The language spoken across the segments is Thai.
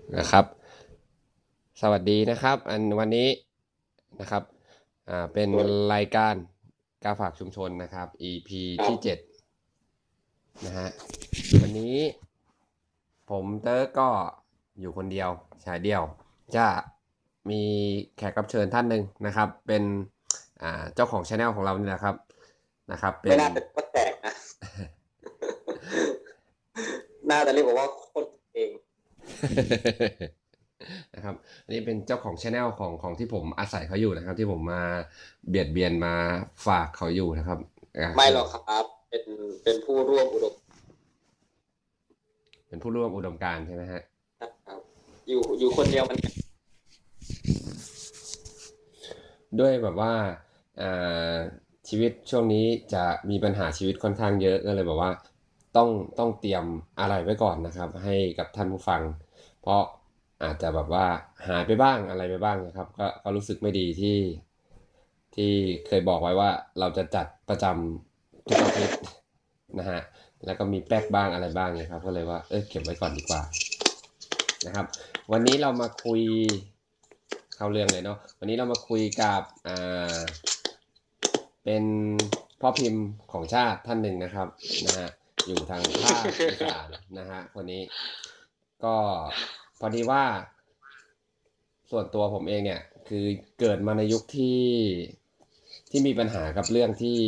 นะครับสวัสดีนะครับวันนี้นะครับเป็นรายการกาฝากชุมชนนะครับ EP ที่7นะฮะวันนี้ผมเตอร์ก็อยู่คนเดียวชายเดียวจะมีแขกรับเชิญท่านหนึ่งนะครับเป็นเจ้าของช anel ของเรานี่แหละครับเป็ไม่นน่าจะว่าแตกนะ น่าจะเรียกว่าคนเองนะครับอันนี้เป็นเจ้าของช anel ของที่ผมอาศัยเขาอยู่นะครับที่ผมมาเบียดเบียนมาฝากเขาอยู่นะครับไม่หรอกครับเป็นผู้ร่วมอุดมเป็นผู้ร่วมอุดมการณ์ใช่ไหมฮะครับอยู่คนเดียวมันด้วยแบบว่าชีวิตช่วงนี้จะมีปัญหาชีวิตค่อนข้างเยอะก็เลยแบบว่าต้องต้องเตรียมอะไรไว้ก่อนนะครับให้กับท่านผู้ฟังเพราะอาจจะแบบว่าหายไปบ้างอะไรไปบ้างนะครับก็รู้สึกไม่ดีที่เคยบอกไว้ว่าเราจะจัดประจำทุกอาทิตย์นะฮะแล้วก็มีแป๊กบ้างอะไรบ้างเนี่ยครับก็เลยว่าเก็บไว้ก่อนดีกว่านะครับวันนี้เรามาคุยเข้าเรื่องเลยเนาะวันนี้เรามาคุยกับเป็นพ่อพิมพ์ของชาติท่านหนึ่งนะครับนะฮะอยู่ทางภาคอีสานนะฮะคนนี้ก็พอดีว่าส่วนตัวผมเองเนี่ยคือเกิดมาในยุคที่มีปัญหากับเรื่องที่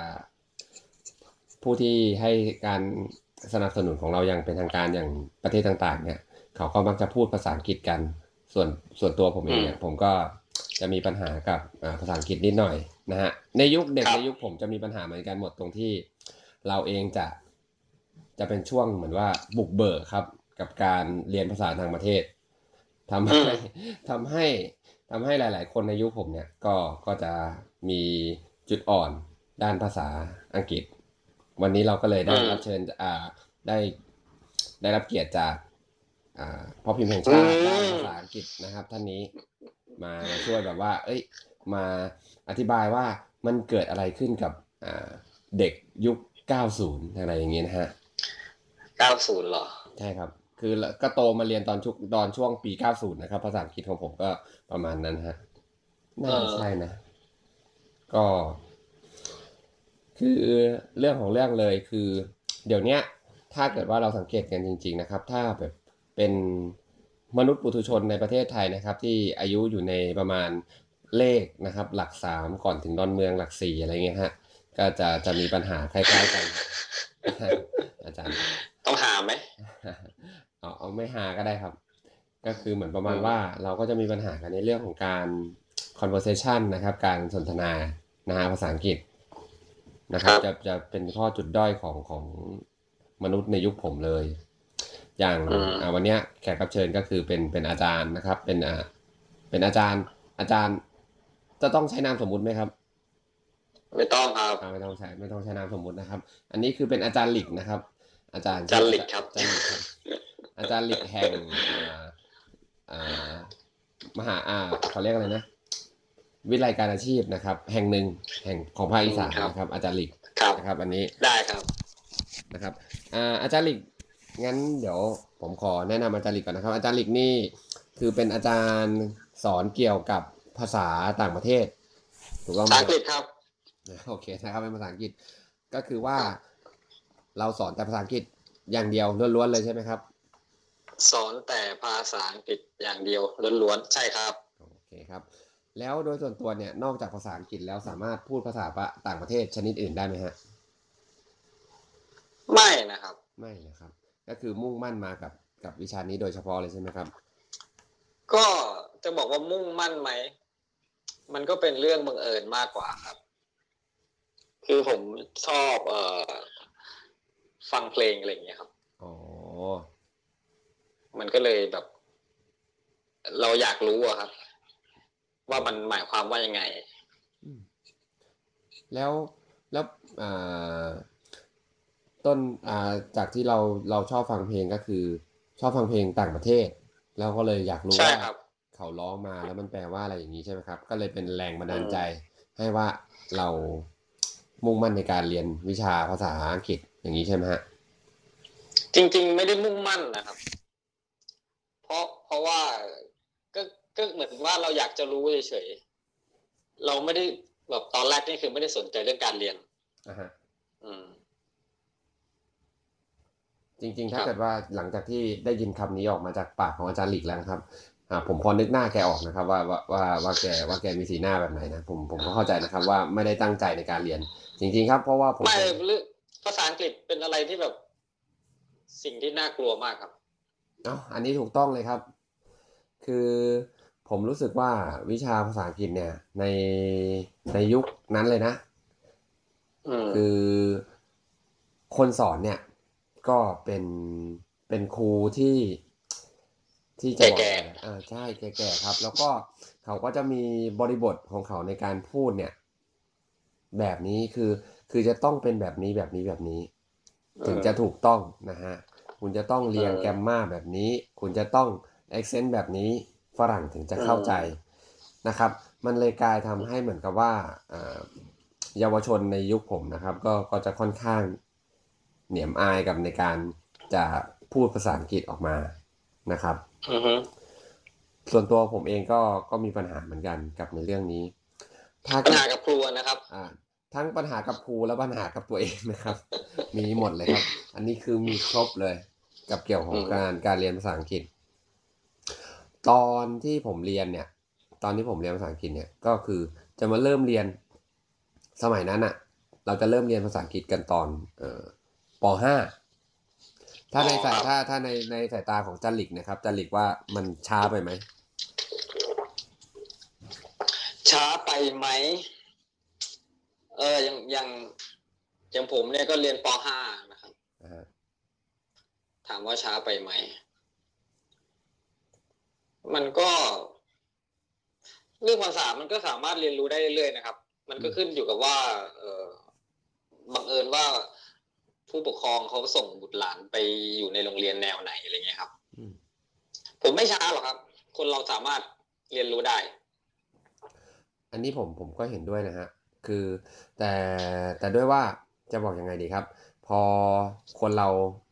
ผู้ที่ให้การสนับสนุนของเราอย่างเป็นทางการอย่างประเทศต่างๆเนี่ยเขาก็มักจะพูดภาษาอังกฤษกันส่วนส่วนตัวผมเองเนี่ยผมก็จะมีปัญหากับภาษาอังกฤษนิดหน่อยนะฮะในยุคเด็กในยุคผมจะมีปัญหาเหมือนกันหมดตรงที่เราเองจะเป็นช่วงเหมือนว่าบุกเบิกครับกับการเรียนภาษาทางประเทศทำให้ทำให้ทำให้หลายๆคนในยุคผมเนี่ยก็จะมีจุดอ่อนด้านภาษาอังกฤษวันนี้เราก็เลยได้รับเชิญได้ได้รับเกียรติจากพ่อพิมพ์แห่งชาติด้านภาษาอังกฤษนะครับท่านนี้มาช่วยแบบว่ามาอธิบายว่ามันเกิดอะไรขึ้นกับเด็กยุค90อะไรอย่างเงี้ยนะฮะ 90เหรอใช่ครับคือก็โตมาเรียนตอนช่วงปี90นะครับภาษาอังกฤษของผมก็ประมาณนั้นฮะน่าจะใช่นะก็คือเรื่องของเรื่องเลยคือเดี๋ยวเนี้ยถ้าเกิดว่าเราสังเกตกันจริงๆนะครับถ้าแบบเป็นมนุษย์ปุถุชนในประเทศไทยนะครับที่อายุอยู่ในประมาณเลขนะครับหลัก3ก่อนถึงดอนเมืองหลัก4อะไรเงี้ยฮะก็จะมีปัญหาคล้ายๆกันอาจารย์ต้องหาไหมเอาไม่หาก็ได้ครับก็คือเหมือนประมาณว่าเราก็จะมีปัญหากันในเรื่องของการ conversation นะครับการสนทนานะฮะภาษาอังกฤษนะครับจะเป็นข้อจุดด้อยของมนุษย์ในยุคผมเลยอย่างวันนี้แขกรับเชิญก็คือเป็นอาจารย์นะครับเป็นอาจารย์จะต้องใช้นามสมมุติไหมครับไม่ต้องครับไม่ต้องใช้นามสมมุตินะครับอันนี้คือเป็นอาจารย์หลิกนะครับอาจารย์จันหลิกครับอาจารย์หลิกครับอาจารย์หลิกแห่งอ่ามหาเขาเรียกอะไรนะวิทยาลัยการอาชีพนะครับแห่งหนึ่งแห่งของภาคอีสานนะครับอาจารย์หลิกนะครับอันนี้ได้ครับนะครับอาจารย์หลิกงั้นเดี๋ยวผมขอแนะนำอาจารย์หลิกก่อนนะครับอาจารย์หลิกนี่คือเป็นอาจารย์สอนเกี่ยวกับภาษาต่างประเทศถูกต้องไหมภาษาอังกฤษครับโอเคนะครับเป็นภาษาอังกฤษก็คือว่าเราสอนแต่ภาษาอังกฤษอย่างเดียวล้วนๆเลยใช่ไหมครับสอนแต่ภาษาอังกฤษอย่างเดียวล้วนๆใช่ครับโอเคครับแล้วโดยส่วนตัวเนี่ยนอกจากภาษาอังกฤษแล้วสามารถพูดภาษาต่างประเทศชนิดอื่นได้ไหมฮะไม่นะครับไม่นะครับก็คือมุ่งมั่นมากับวิชานี้โดยเฉพาะเลยใช่ไหมครับก็จะบอกว่ามุ่งมั่นไหมมันก็เป็นเรื่องบังเอิญมากกว่าครับคือผมชอบฟังเพลงอะไรอย่างเงี้ยครับอ๋อมันก็เลยแบบเราอยากรู้อะครับว่ามันหมายความว่ายังไงแล้วแล้วอ่าต้นจากที่เราชอบฟังเพลงก็คือชอบฟังเพลงต่างประเทศแล้วก็เลยอยากรู้ว่าใช่ครับเขาร้องมาแล้วมันแปลว่าอะไรอย่างนี้ใช่ไหมครับก็เลยเป็นแรงบันดาลใจให้ว่าเรามุ่งมั่นในการเรียนวิชาภาษาอังกฤษอย่างนี้ใช่ไหมฮะจริงๆไม่ได้มุ่งมั่นนะครับพเพราะว่าก็ก็เหมือนว่าเราอยากจะรู้เฉยๆเราไม่ได้แบบตอนแรกนี่คือไม่ได้สนใจเรื่องการเรียนฮะอืมจริงๆคถ้ารับเกิดว่าหลังจากที่ได้ยินคำนี้ออกมาจากปากของอาจารย์หลีกแล้วนะครับผมพอนึกหน้าแกออกนะครับว่าแกมีสีหน้าแบบไหนนะผมก็เข้าใจนะครับว่าไม่ได้ตั้งใจในการเรียนจริงๆครับเพราะว่าผมไม่ภาษาอังกฤษเป็นอะไรที่แบบสิ่งที่น่ากลัวมากครับอันนี้ถูกต้องเลยครับคือผมรู้สึกว่าวิชาภาษาอังกฤษเนี่ยในยุคนั้นเลยนะคือคนสอนเนี่ยก็เป็นครูที่จะบอกแก่ใช่แก่ๆครับแล้วก็เขาก็จะมีบริบทของเขาในการพูดเนี่ยแบบนี้คือจะต้องเป็นแบบนี้แบบนี้แบบนี้ถึงจะถูกต้องนะฮะคุณจะต้องเรียงแกมมาแบบนี้คุณจะต้องแอคเซนต์แบบนี้ฝรั่งถึงจะเข้าใจนะครับมันเลยกลายทำให้เหมือนกับว่าเยาวชนในยุคผมนะครับก็จะค่อนข้างเหนียมอายกับในการจะพูดภาษาอังกฤษออกมานะครับส่วนตัวผมเองก็มีปัญหาเหมือนกันกับในเรื่องนี้ปัญหากับครูนะครับทั้งปัญหากับครูและปัญหากับตัวเองนะครับมีหมดเลยครับอันนี้คือมีครบเลยกับเกี่ยวของการเรียนภาษาอังกฤษตอนที่ผมเรียนภาษาอังกฤษเนี่ยก็คือจะมาเริ่มเรียนสมัยนั้นเราจะเริ่มเรียนภาษาอังกฤษกันตอนป .5 ถ้าในสายตาของจันหลิกนะครับจันหลิกว่ามันช้าไปไหมช้าไปไหมอย่างผมเนี่ยก็เรียนป .5 นะครับถามว่าช้าไปไหมมันก็เรื่องภาษามันก็สามารถเรียนรู้ได้เรื่อยๆนะครับมันก็ขึ้นอยู่กับว่าบังเอิญว่าผู้ปกครองเขาส่งบุตรหลานไปอยู่ในโรงเรียนแนวไหนอะไรเงี้ยครับผมไม่ช้าหรอกครับคนเราสามารถเรียนรู้ได้อันนี้ผมก็เห็นด้วยนะฮะคือแต่ด้วยว่าจะบอกยังไงดีครับพอคนเรา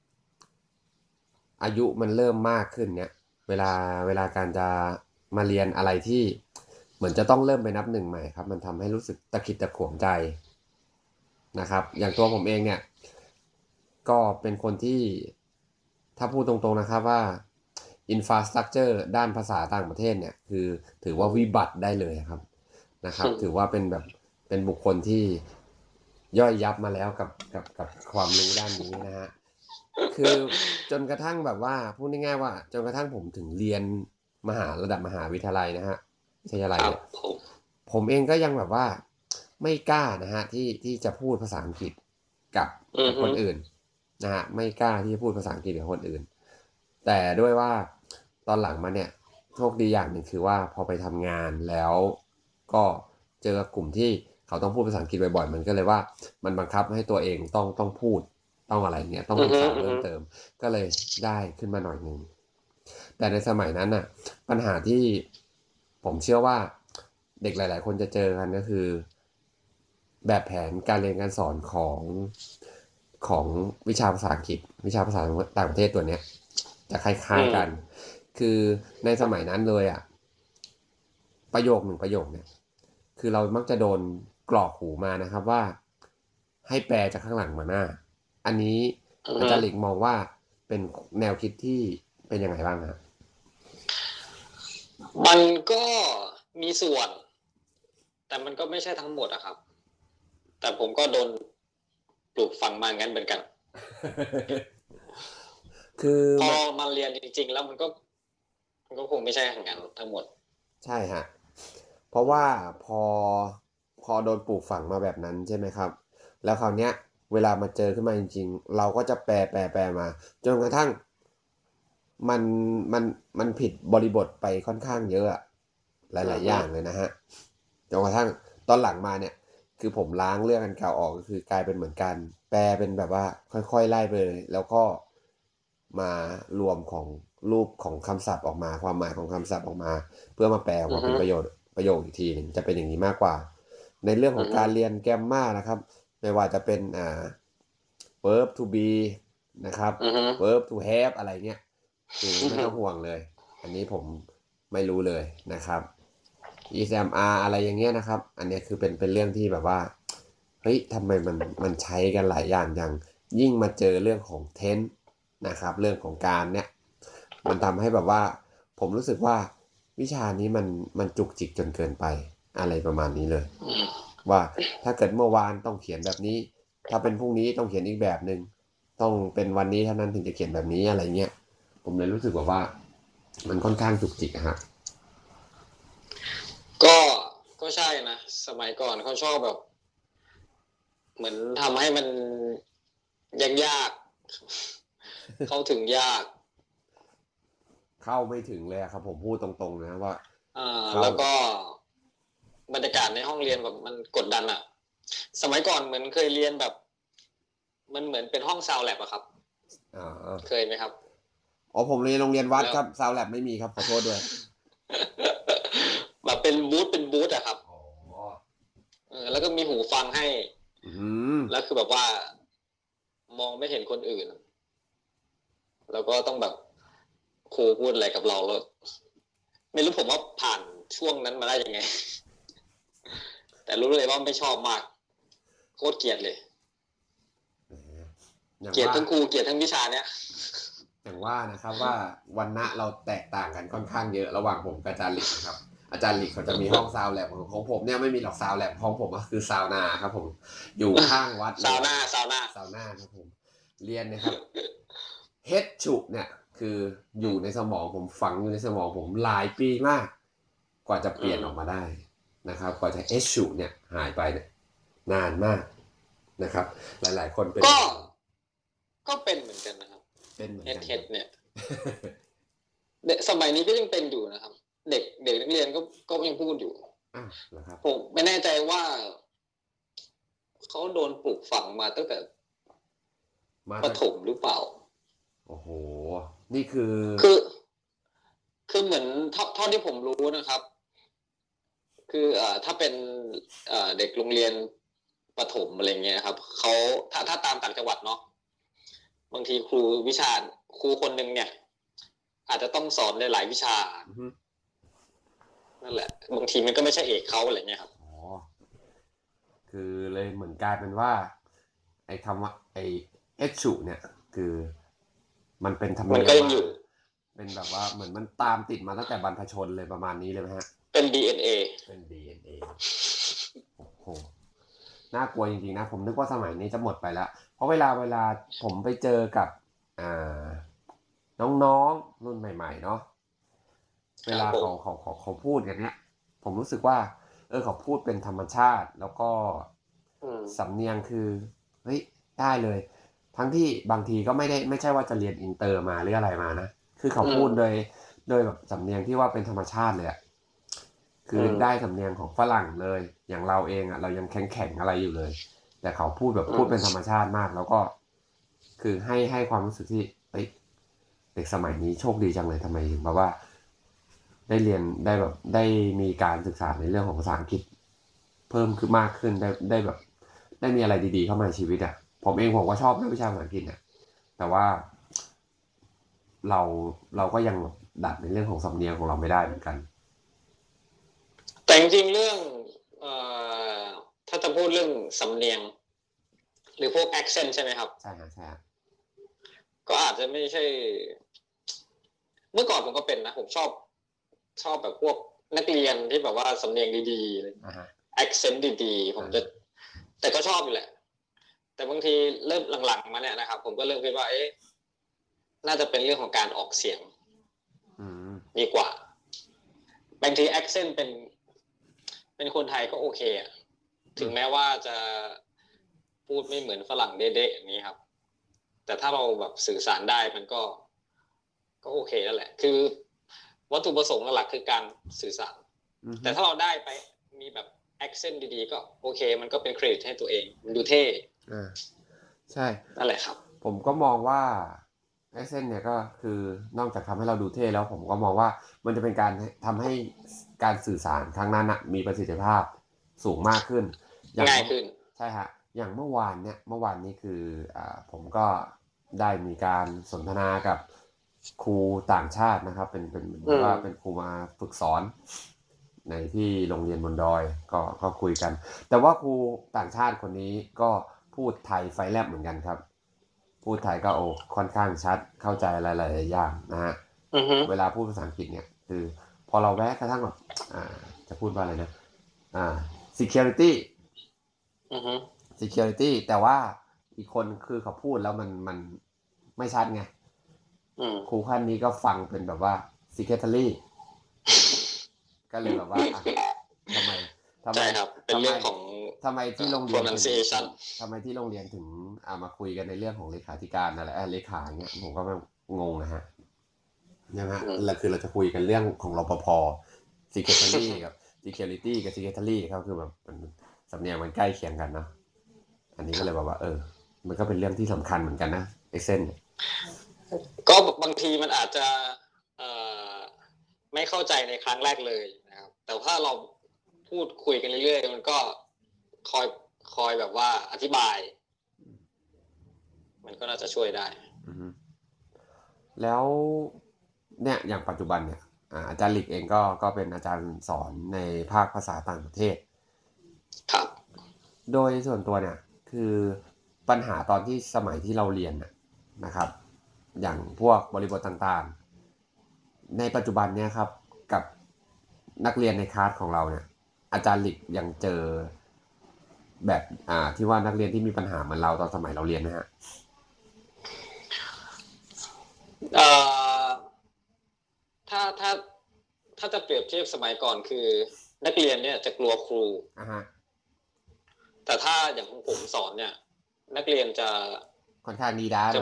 อายุมันเริ่มมากขึ้นเนี่ยเวลาการจะมาเรียนอะไรที่เหมือนจะต้องเริ่มไปนับหนึ่งใหม่ครับมันทำให้รู้สึกตะขิดตะขวงใจนะครับอย่างตัวผมเองเนี่ยก็เป็นคนที่ถ้าพูดตรงๆนะครับว่า infrastructure ด้านภาษาต่างประเทศเนี่ยคือถือว่าวิบัติได้เลยครับนะครับถือว่าเป็นบุคคลที่ย่อยยับมาแล้วกับความรู้ด้านนี้นะฮะคือจนกระทั่งแบบว่าพูดง่ายๆว่าจนกระทั่งผมถึงเรียนระดับมหาวิทยาลัยนะฮะวิทยาลัยเนี่ยผมเองก็ยังแบบว่าไม่กล้านะฮะที่จะพูดภาษาอังกฤษกับคนอื่นนะฮะไม่กล้าที่จะพูดภาษาอังกฤษกับคนอื่นแต่ด้วยว่าตอนหลังมาเนี่ยโชคดีอย่างหนึ่งคือว่าพอไปทำงานแล้วก็เจอกลุ่มที่เขาต้องพูดภาษาอังกฤษบ่อยๆมันก็เลยว่ามันบังคับให้ตัวเองต้องพูดต้องอะไรเนี่ยต้องศึกษาเพิ่มเติมก็เลยได้ขึ้นมาหน่อยนึงแต่ในสมัยนั้นน่ะปัญหาที่ผมเชื่อว่าเด็กหลายๆคนจะเจอกันก็คือแบบแผนการเรียนการสอนของวิชาภาษาอังกฤษวิชาภาษาต่างประเทศตัวเนี้ยจะคล้ายๆกันคือในสมัยนั้นเลยประโยคหนึ่งประโยคเนี่ยคือเรามักจะโดนกรอกหูมานะครับว่าให้แปลจากข้างหลังมาหน้าอันนี้อาจารย์หลิกมองว่าเป็นแนวคิดที่เป็นยังไงบ้างครับมันก็มีส่วนแต่มันก็ไม่ใช่ทั้งหมดอะครับแต่ผมก็โดนปลูกฝังมางั้นเหมือนกันคือพอมาเรียนจริงๆแล้วมันก็คงไม่ใช่อย่างนั้นทั้งหมดใช่ฮะเพราะว่าพอโดนปลูกฝังมาแบบนั้นใช่ไหมครับแล้วคราวเนี้ยเวลามาเจอขึ้นมาจริงๆเราก็จะแปลมาจนกระทั่งมันผิดบริบทไปค่อนข้างเยอะหลายๆอย่างเลยนะฮะจนกระทั่งตอนหลังมาเนี่ยคือผมล้างเรื่องอันเก่าออกก็คือกลายเป็นเหมือนกันแปลเป็นแบบว่าค่อยๆไล่ไปเลยแล้วก็มารวมของรูปของคำศัพท์ออกมาความหมายของคำศัพท์ออกมาเพื่อมาแปลออกมาเป็นประโยคอีกทีนึงจะเป็นอย่างนี้มากกว่าในเรื่องของการเรียนแกมมานะครับไม่ว่าจะเป็นverb to be นะครับ verb to have อะไรเงี้ยคือไม่ต้องห่วงเลยอันนี้ผมไม่รู้เลยนะครับ ECMR อะไรอย่างเงี้ยนะครับ อันนี้คือเป็นเรื่องที่แบบว่าเฮ้ยทำไมมันใช้กันหลายอย่างอย่างยิ่งมาเจอเรื่องของเทนนะครับเรื่องของการเนี่ยมันทำให้แบบว่าผมรู้สึกว่าวิชานี้มันจุกจิกจนเกินไปอะไรประมาณนี้เลยว่าถ้าเกิดเมื่อวานต้องเขียนแบบนี้ถ้าเป็นพรุ่งนี้ต้องเขียนอีกแบบนึงต้องเป็นวันนี้เท่านั้นถึงจะเขียนแบบนี้อะไรเงี้ยผมเลยรู้สึกว่ามันค่อนข้างจุกจิกฮะก็ใช่นะสมัยก่อนเขาชอบแบบเหมือนทำให้มันยากๆเข้าถึงยากเข้าไม่ถึงเลยครับผมพูดตรงๆนะว่าแล้วก็บรรยากาศในห้องเรียนแบบมันกดดันอะสมัยก่อนเหมือนเคยเรียนแบบมันเหมือนเป็นห้องซาวแล็บอะครับเคยไหมครับอ๋อผมเรียนโรงเรียนวัดครับซาวแล็บไม่มีครับขอโทษด้วยแบบเป็นบูธอะครับแล้วก็มีหูฟังให้แล้วคือแบบว่ามองไม่เห็นคนอื่นแล้วก็ต้องแบบครูพูดอะไรกับเราแล้วไม่รู้ผมว่าผ่านช่วงนั้นมาได้ยังไงแต่รู้เลยว่าไม่ชอบมากโคตรเกลียดเลยเกลียดทั้งครูเกลียดทั้งวิชาเนี้ยอย่างว่านะครับว่าวันณะเราแตกต่างกันค่อนข้างเยอะระหว่างผมกับอาจารย์หลิกครับอาจารย์หลิกเขาจะมีห้องซาวแล็บของผมเนี่ยไม่มีหรอกซาวแล็บของผมก็คือซาวนาครับผมอยู่ข้างวัดซาวนาครับผมเรียนนะครับเฮดฉุเนี่ยคืออยู่ในสมองผมฝังอยู่ในสมองผมหลายปีมากกว่าจะเปลี่ยนออกมาได้นะครับกว่าจะเอชฉุเนี่ยหายไปเนี่ยนานมากนะครับหลายๆคนเป็นก็เป็นเหมือนกันนะครับเป็นเหมือนกันเนี่ยเด็กสมัยนี้ก็ยังเป็นอยู่นะครับเด็กนักเรียนก็ยังพูดอยู่ผมไม่แน่ใจว่าเขาโดนปลูกฝังมาตั้งแต่ประถมหรือเปล่าโอ้โหนี่คือเหมือนเท่าที่ผมรู้นะครับคือถ้าเป็นเด็กโรงเรียนประถมอะไรเงี้ยครับเขาถ้าตามต่างจังหวัดเนาะบางทีครูคนหนึ่งเนี่ยอาจจะต้องสอนหลายวิชานั่นแหละบางทีมันก็ไม่ใช่เอกเขาอะไรเงี้ยครับอ๋อคือเลยเหมือนกลายเป็นว่าไอ้คำว่าไอ้เอชูเนี่ยคือมันเป็นธรรมเนียมมันก็ยังอยู่เป็นแบบว่าเหมือนมันตามติดมาตั้งแต่บรรพชนเลยประมาณนี้เลยไหมฮะเป็น DNA โอ้โหน่ากลัวจริงๆนะผมนึกว่าสมัยนี้จะหมดไปแล้วเพราะเวลาผมไปเจอกับน้องๆรุ่นใหม่ๆเนาะเวลาเขาพูดกันเนี้ยผมรู้สึกว่าเขาพูดเป็นธรรมชาติแล้วก็สำเนียงคือเฮ้ยได้เลยทั้งที่บางทีก็ไม่ใช่ว่าจะเรียนอินเตอร์มาหรืออะไรมานะคือเขาพูดโดยแบบสำเนียงที่ว่าเป็นธรรมชาติเลยอะคือได้สำเนียงของฝรั่งเลยอย่างเราเองอะเรายังแข็งอะไรอยู่เลยแต่เขาพูดเป็นธรรมชาติมากแล้วก็คือให้ความรู้สึกที่เด็กสมัยนี้โชคดีจังเลยทำไมถึงแบบว่าได้เรียนได้แบบได้มีการศึกษาในเรื่องของภาษาอังกฤษเพิ่มขึ้นมากขึ้นได้แบบได้มีอะไรดีๆเข้ามาในชีวิตอ่ะผมก็ชอบวิชาภาษาอังกฤษเนี่ยแต่ว่าเราก็ยังดัดในเรื่องของสำเนียงของเราไม่ได้เหมือนกันแต่จริงๆเรื่องถ้าจะพูดเรื่องสำเนียงหรือพวก accent ใช่ไหมครับใช่ก็อาจจะไม่ใช่เมื่อก่อนผมก็เป็นนะผมชอบแบบพวกนักเรียนที่แบบว่าสำเนียงดีๆเลย accent ดีๆผมจะแต่ก็ชอบอยู่แหละแต่บางทีเริ่มหลังๆมาเนี่ยนะครับผมก็เริ่มคิดว่าน่าจะเป็นเรื่องของการออกเสียงดีกว่าบางที accent เป็นคนไทยก็โอเคอ่ะถึงแม้ว่าจะพูดไม่เหมือนฝรั่งเด๊ะๆอย่างนี้ครับแต่ถ้าเราแบบสื่อสารได้มันก็โอเคแล้วแหละคือวัตถุประสงค์หลักคือการสื่อสารแต่ถ้าเราได้ไปมีแบบ accent ดีๆก็โอเคมันก็เป็นเครดิตให้ตัวเองมันดูเท่ใช่นั่นแหละครับผมก็มองว่าaccentเนี่ยก็คือนอกจากทำให้เราดูเท่แล้วผมก็มองว่ามันจะเป็นการทำให้การสื่อสารครั้งนั้นมีประสิทธิภาพสูงมากขึ้นง่ายขึ้นใช่ฮะอย่างเมื่อวานนี้คือผมก็ได้มีการสนทนากับครูต่างชาตินะครับเป็นว่าเป็นครูมาฝึกสอนในที่โรงเรียนบนดอยก็คุยกัน แต่ว่าครูต่างชาติคนนี้ก็พูดไทยไฟแลบเหมือนกันครับพูดไทยก็ค่อนข้างชัดเข้าใจหลายๆอย่างนะฮะเวลาพูดภาษาอังกฤษเนี่ยคือพอเราแวะกระทั่งแบบจะพูดว่าอะไรนะsecurity security แต่ว่าอีกคนคือเขาพูดแล้วมันไม่ชัดไงครูขั้นนี้ก็ฟังเป็นแบบว่า secretary ก็เลยแบบว่าทำไมใช่ครับเป็นเรื่องของทำไมที่โรงเรียนทำไมที่โรงเรียนถึงมาคุยกันในเรื่องของเลขาธิการอะไรเลขาเงี้ยผมก็งงนะฮะนะฮะแล้วคือเราจะคุยกันเรื่องของรปภ secretary กับ security กับ secretary เขาคือแบบสำเนียงมันใกล้เคียงกันเนาะอันนี้ก็เลยแบบว่ามันก็เป็นเรื่องที่สำคัญเหมือนกันนะไอ้เส้นก็บางทีมันอาจจะไม่เข้าใจในครั้งแรกเลยนะครับแต่ถ้าเราพูดคุยกันเรื่อยๆมันก็คอยแบบว่าอธิบายมันก็น่าจะช่วยได้แล้วเนี่ยอย่างปัจจุบันเนี่ยอาจารย์หลิกเองก็เป็นอาจารย์สอนในภาคภาษาต่างประเทศครับโดยส่วนตัวเนี่ยคือปัญหาตอนที่สมัยที่เราเรียนนะครับอย่างพวกบริบทต่างๆในปัจจุบันเนี่ยครับกับนักเรียนในคลาสของเราเนี่ยอาจารย์หลิกยังเจอแบบที่ว่านักเรียนที่มีปัญหาเหมือนเราตอนสมัยเราเรียนนะฮะถ้าจะเปรียบเทียบสมัยก่อนคือนักเรียนเนี่ยจะกลัวครูแต่ถ้าอย่างผมสอนเนี่ยนักเรียนจะค่อนข้างดีด้า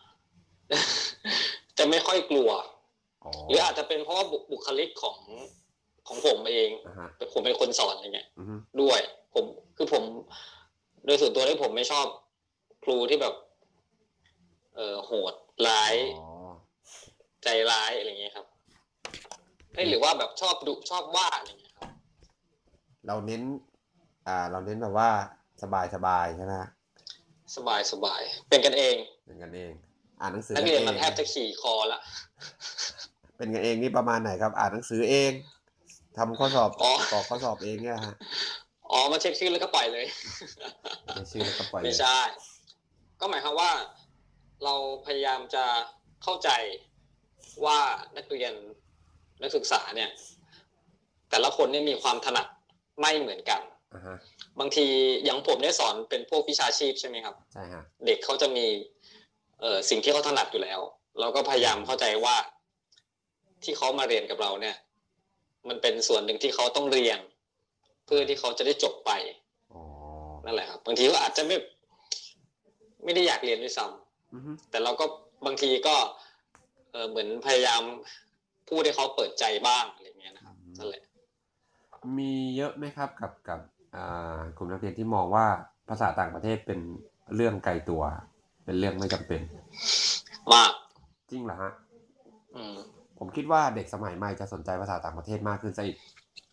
จะไม่ค่อยกลัวหรืออาจจะเป็นเพราะว่าบุคลิกของผมเองผมเป็นคนสอนอะไรเงี้ยด้วยผมโดยส่วนตัวที่ผมไม่ชอบครูที่แบบโหดร้ายใจร้ายอะไรเงี้ยครับหรือว่าแบบชอบดุชอบว่าอะไรเงี้ยครับเราเน้นแบบว่าสบายใช่ไหมสบายเป็นกันเองอ่านหนังสือนักเรียนมันแทบจะขี่คอละเป็นกันเองนี่ประมาณไหนครับอ่านหนังสือเองทำข้อสอบกรอกข้อสอบเองเนี่ยฮะมาเช็คชื่อแล้วก็ปล่อยเลยชื่อแล้วก็ปล่อยไม่ใช่ก็หมายความว่าเราพยายามจะเข้าใจว่านักเรียนนักศึกษาเนี่ยแต่ละคนเนี่ยมีความถนัดไม่เหมือนกันบางทีอย่างผมเนี่ยสอนเป็นพวกวิชาชีพใช่ไหมครับใช่ฮะเด็กเขาจะมีสิ่งที่เขาถนัดอยู่แล้วเราก็พยายามเข้าใจว่าที่เขามาเรียนกับเราเนี่ยมันเป็นส่วนหนึ่งที่เขาต้องเรียนเพื่อที่เขาจะได้จบไปนั่นแหละครับบางทีก็อาจจะไม่ได้อยากเรียนด้วยซ้ำแต่เราก็บางทีก็เหมือนพยายามพูดให้เขาเปิดใจบ้างอะไรเงี้ยนะครับนั่นแหละมีเยอะไหมครับกับกลุ่มนักเรียนที่มองว่าภาษาต่างประเทศเป็นเรื่องไกลตัวเป็นเรื่องไม่จำเป็นมากจริงเหรอฮะผมคิดว่าเด็กสมัยใหม่จะสนใจภาษาต่างประเทศมากขึ้นซะอีก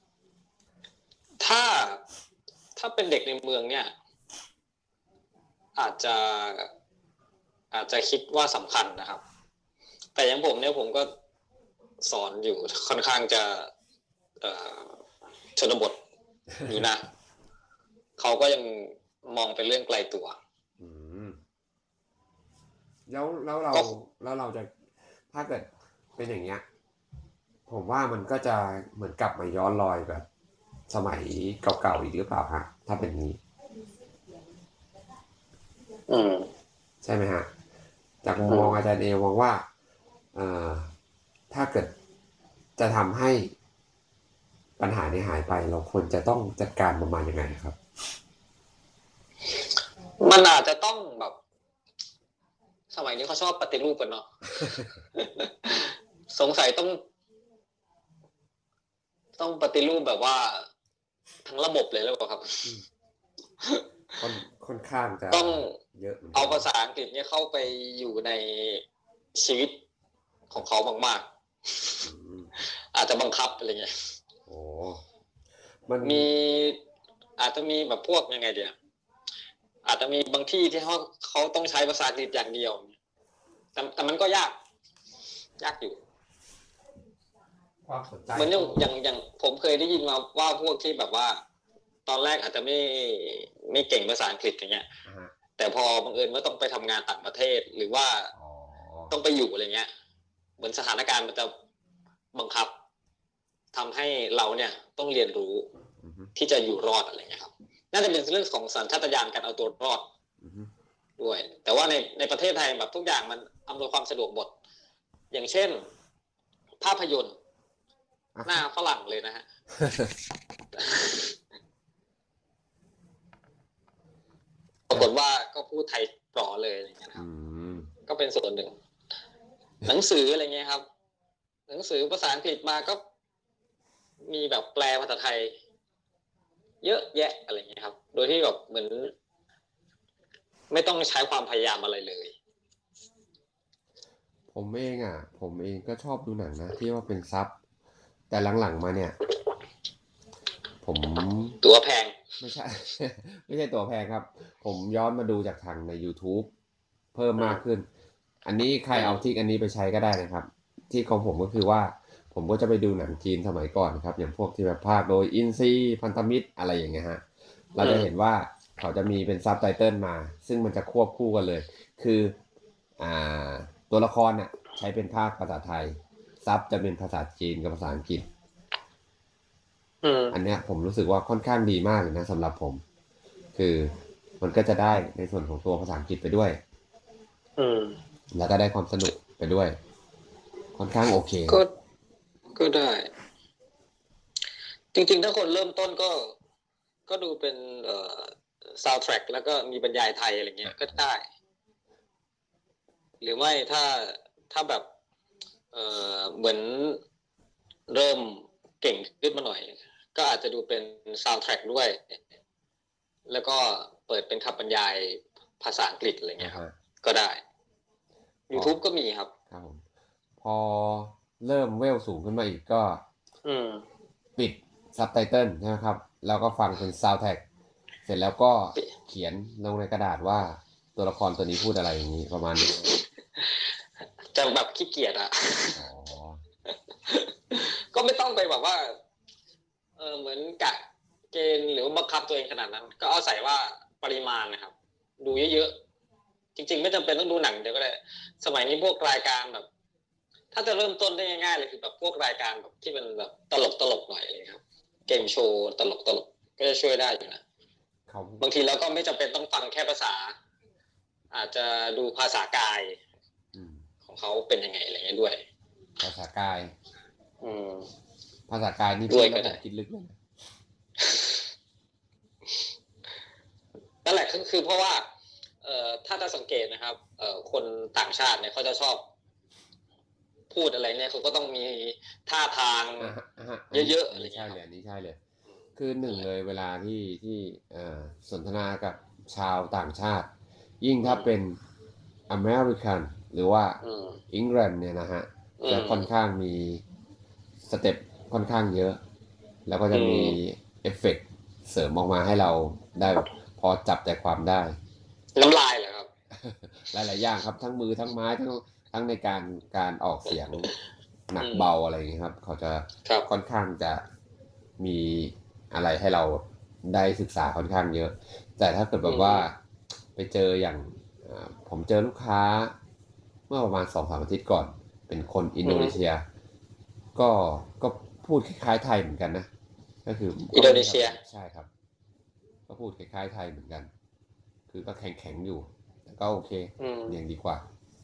ถ้าเป็นเด็กในเมืองเนี่ยอาจจะคิดว่าสำคัญนะครับแต่อย่างผมเนี่ยผมก็สอนอยู่ค่อนข้างจะชนบทอยู่นะเขาก็ยังมองเป็นเรื่องไกลตัวแล้วเราจะถ้าเกิดเป็นอย่างเงี้ยผมว่ามันก็จะเหมือนกลับมาย้อนรอยแบบสมัยเก่าๆอีกหรือเปล่าฮะถ้าเป็นนี้ใช่ไหมฮะจากมุมมองอาจารย์เอมองว่าถ้าเกิดจะทำให้ปัญหานี้หายไปเราควรจะต้องจัดการประมาณยังไงครับมันอาจจะต้องแบบสมัยนี้เขาชอบปฏิรูปกันเนาะ สงสัยต้องปฏิรูปแบบว่าทั้งระบบเลยแล้วเปล่าครับค่อนข้างจะต้องเยอะเอาภาษาอังกฤษเนี่ยเข้าไปอยู่ในชีวิตของเขามากๆอาจจะบังคับอะไรเงี้ยมันอาจจะมีแบบพวกยังไงเดียวอาจจะมีบางที่ที่เขาต้องใช้ภาษาอังกฤษอย่างเดียวแต่มันก็ยากยากอยู่ความสนใจเหมือนอย่างผมเคยได้ยินมาว่าพวกที่แบบว่าตอนแรกอาจจะไม่เก่งภาษาอังกฤษอย่างเงี้ยแต่พอบังเอิญว่าต้องไปทำงานต่างประเทศหรือว่าต้องไปอยู่อะไรเงี้ยเหมือนสถานการณ์มันจะบังคับทำให้เราเนี่ยต้องเรียนรู้ที่จะอยู่รอดอะไรเงี้ยครับน่าจะเป็นเรื่องของสัญชาตญาณการเอาตัวรอดด้วยแต่ว่าในประเทศไทยแบบทุกอย่างมันอำนวยความสะดวกหมดอย่างเช่นภาพยนตร์หน้าฝรั่งเลยนะฮะ ปรากฏว่าก็พูดไทยปลอเลยอะไรเงี้ยครับก็เป็นส่วนหนึ่งหนังสืออะไรเงี้ยครับหนังสือภาษาอังกฤษมาก็มีแบบแปลภาษาไทยเยอะแยะอะไรเงี้ยครับโดยที่แบบเหมือนไม่ต้องใช้ความพยายามอะไรเลยผมเองก็ชอบดูหนังนะที่ว่าเป็นซับแต่หลังๆมาเนี่ยผมตัวแพงไม่ใช่ ไม่ใช่ตัวแพงครับผมย้อนมาดูจากทางใน YouTube เพิ่มมากขึ้นอันนี้ใครเอาทิกอันนี้ไปใช้ก็ได้นะครับที่ของผมก็คือว่าผมก็จะไปดูหนังจีนสมัยก่อนครับอย่างพวกที่แบบภาคโดยอินซีพันธมิตรอะไรอย่างเงี้ยฮะเราจะเห็นว่าเขาจะมีเป็นซับไตเติลมาซึ่งมันจะควบคู่กันเลยคืออ่าตัวละครเนี่ยใช้เป็นภาคภาษาไทยซับจะเป็นภาษาจีนกับภาษาอังกฤษอันเนี้ยผมรู้สึกว่าค่อนข้างดีมากเลยนะสำหรับผมคือมันก็จะได้ในส่วนของตัวภาษาอังกฤษไปด้วยแล้วก็ได้ความสนุกไปด้วยค่อนข้างโอเคก็ได้จริงๆถ้าคนเริ่มต้นก็ดูเป็นซาวด์แทร็กแล้วก็มีบรรยายไทยอะไรเงี้ยก็ได้หรือไม่ถ้าแบบเหมือนเริ่มเก่งขึ้นมาหน่อยก็อาจจะดูเป็นซาวด์แทร็กด้วยแล้วก็เปิดเป็นคำบรรยายภาษาอังกฤษอะไรเงี้ยครับก็ได้ YouTube ก็มีครับครับผมพอเริ่มเวลสูงขึ้นมาอีกก็ปิดซับไตเติลใช่ไหมครับแล้วก็ฟังเป็นซาวด์แทร็กเสร็จแล้วก็เขียนลงในกระดาษว่าตัวละครตัวนี้พูดอะไรอย่างนี้ประมาณนี้จะแบบขี้เกียจอ่ะก็ไม่ต้องไปแบบว่าเหมือนกะเกณฑ์หรือว่าบังคับตัวเองขนาดนั้นก็เอาใส่ว่าปริมาณนะครับดูเยอะๆจริงๆไม่จำเป็นต้องดูหนังเดี๋ยวก็ได้สมัยนี้พวกรายการแบบถ้าจะเริ่มต้นได้ง่ายๆเลยคือแบบพวกรายการแบบที่เป็นแบบตลกหน่อยเลยครับเกมโชว์ตลกก็จะช่วยได้อยู่นะบางทีเราก็ไม่จำเป็นต้องฟังแค่ภาษาอาจจะดูภาษากายของเขาเป็นยังไงอะไรเงี้ยด้วยภาษากายภาษากายนี่ด้วยก็ได้คิดลึกเลยนั่นแหละคือเพราะว่าถ้าจะสังเกตนะครับคนต่างชาติเนี่ยเขาจะชอบพูดอะไรเนี่ยเขาก็ต้องมีท่าทางเยอะๆอะไรใช่เลยนี่ใช่เลยคือหนึ่งเลยเวลาที่สนทนากับชาวต่างชาติยิ่งถ้าเป็นอเมริกันหรือว่าอังกฤษเนี่ยนะฮะจะค่อนข้างมีสเต็ปค่อนข้างเยอะแล้วก็จะมีเอฟเฟกต์เสริมออกมาให้เราได้พอจับใจความได้น้ำลายเหรอครับหลายๆอย่างครับทั้งมือทั้งไม้ทั้งในการออกเสียงหนักเบาอะไรอย่างนี้ครับเขาจะค่อนข้างจะมีอะไรให้เราได้ศึกษาค่อนข้างเยอะแต่ถ้าเกิดแบบว่าไปเจออย่างผมเจอลูกค้าเมื่อประมาณ 2-3 อาทิตย์ก่อนเป็นคนอินโดนีเซียก็พูดคล้ายๆไทยเหมือนกันนะก็คืออินโดนีเซียใช่ครับก็พูดคล้ายๆไทยเหมือนกันคือก็แข็งอยู่แต่ก็โอเคยังดีกว่า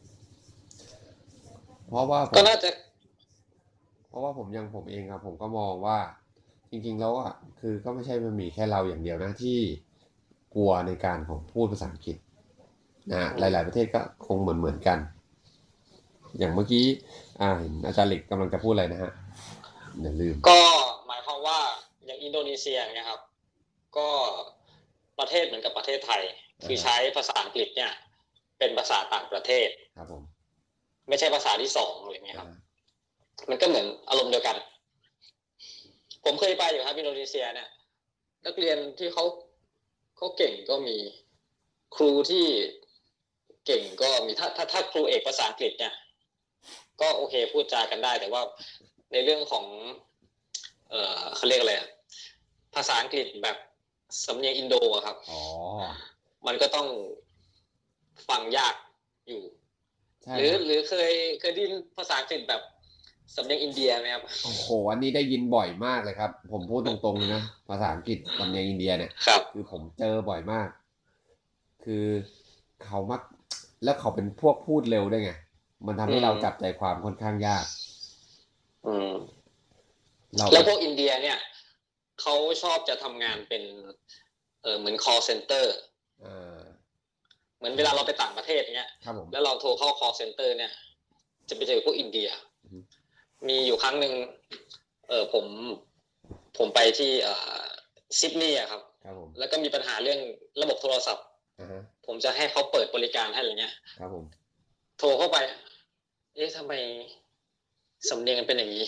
เพราะว่าก็น่าจะเพราะว่าผมเองครับผมก็มองว่าจริงๆแล้วอ่ะคือก็ไม่ใช่มันมีแค่เราอย่างเดียวนะที่กลัวในการของพูดภาษาอังกฤษนะหลายๆประเทศก็คงเหมือนกันอย่างเมื่อกี้เห็นอาจารย์เหล็กกำลังจะพูดอะไรนะฮะอย่าลืมก็หมายความว่าอย่างอินโดนีเซียเนี่ยครับก็ประเทศเหมือนกับประเทศไทยคือใช้ภาษาอังกฤษเนี่ยเป็นภาษาต่างประเทศครับผมไม่ใช่ภาษาที่สองอะไรเงี้ยครับมันก็เหมือนอารมณ์เดียวกันผมเคยไปอยู่ครับอินโดนีเซียเนี่ยนักเรียนที่เขาเก่งก็มีครูที่เก่งก็มีถ้าครูเอกภาษาอังกฤษเนี่ยก็โอเคพูดจากันได้แต่ว่าในเรื่องของเขาเรียกอะไรภาษาอังกฤษแบบสำเนียงอินโดอะครับมันก็ต้องฟังยากอยู่หรือเคยได้ยินภาษาอังกฤษแบบสำเนียงอินเดียไหมครับโอ้โหอันนี้ได้ยินบ่อยมากเลยครับผมพูดตรงๆเลยนะภาษาอังกฤษสำเนียงอินเดียเนี่ยคือผมเจอบ่อยมากคือเขามักแล้วเขาเป็นพวกพูดเร็วด้วยไงมันทำให้เราจับใจความค่อนข้างยากแล้วพวกอินเดียเนี่ยเขาชอบจะทำงานเป็นเหมือน call center เหมือนเวลาเราไปต่างประเทศเนี้ยแล้วเราโทรเข้า call center เนี่ยจะไปเจอพวกอินเดียมีอยู่ครั้งหนึ่งผมไปที่ซิดนีย์ครับแล้วก็มีปัญหาเรื่องระบบโทรศัพท์ผมจะให้เขาเปิดบริการให้อะไรเงี้ยโทรเข้าไปทำไมสำเนียงมันเป็นอย่างนี้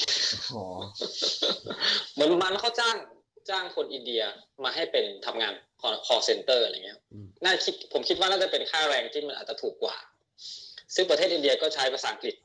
เหมือนมันเขาจ้างคนอินเดียมาให้เป็นทำงาน call center อะไรเงี้ยผมคิดว่าน่าจะเป็นค่าแรงที่มันอาจจะถูกกว่าซึ่งประเทศอินเดียก็ใช้ภาษาอังกฤษ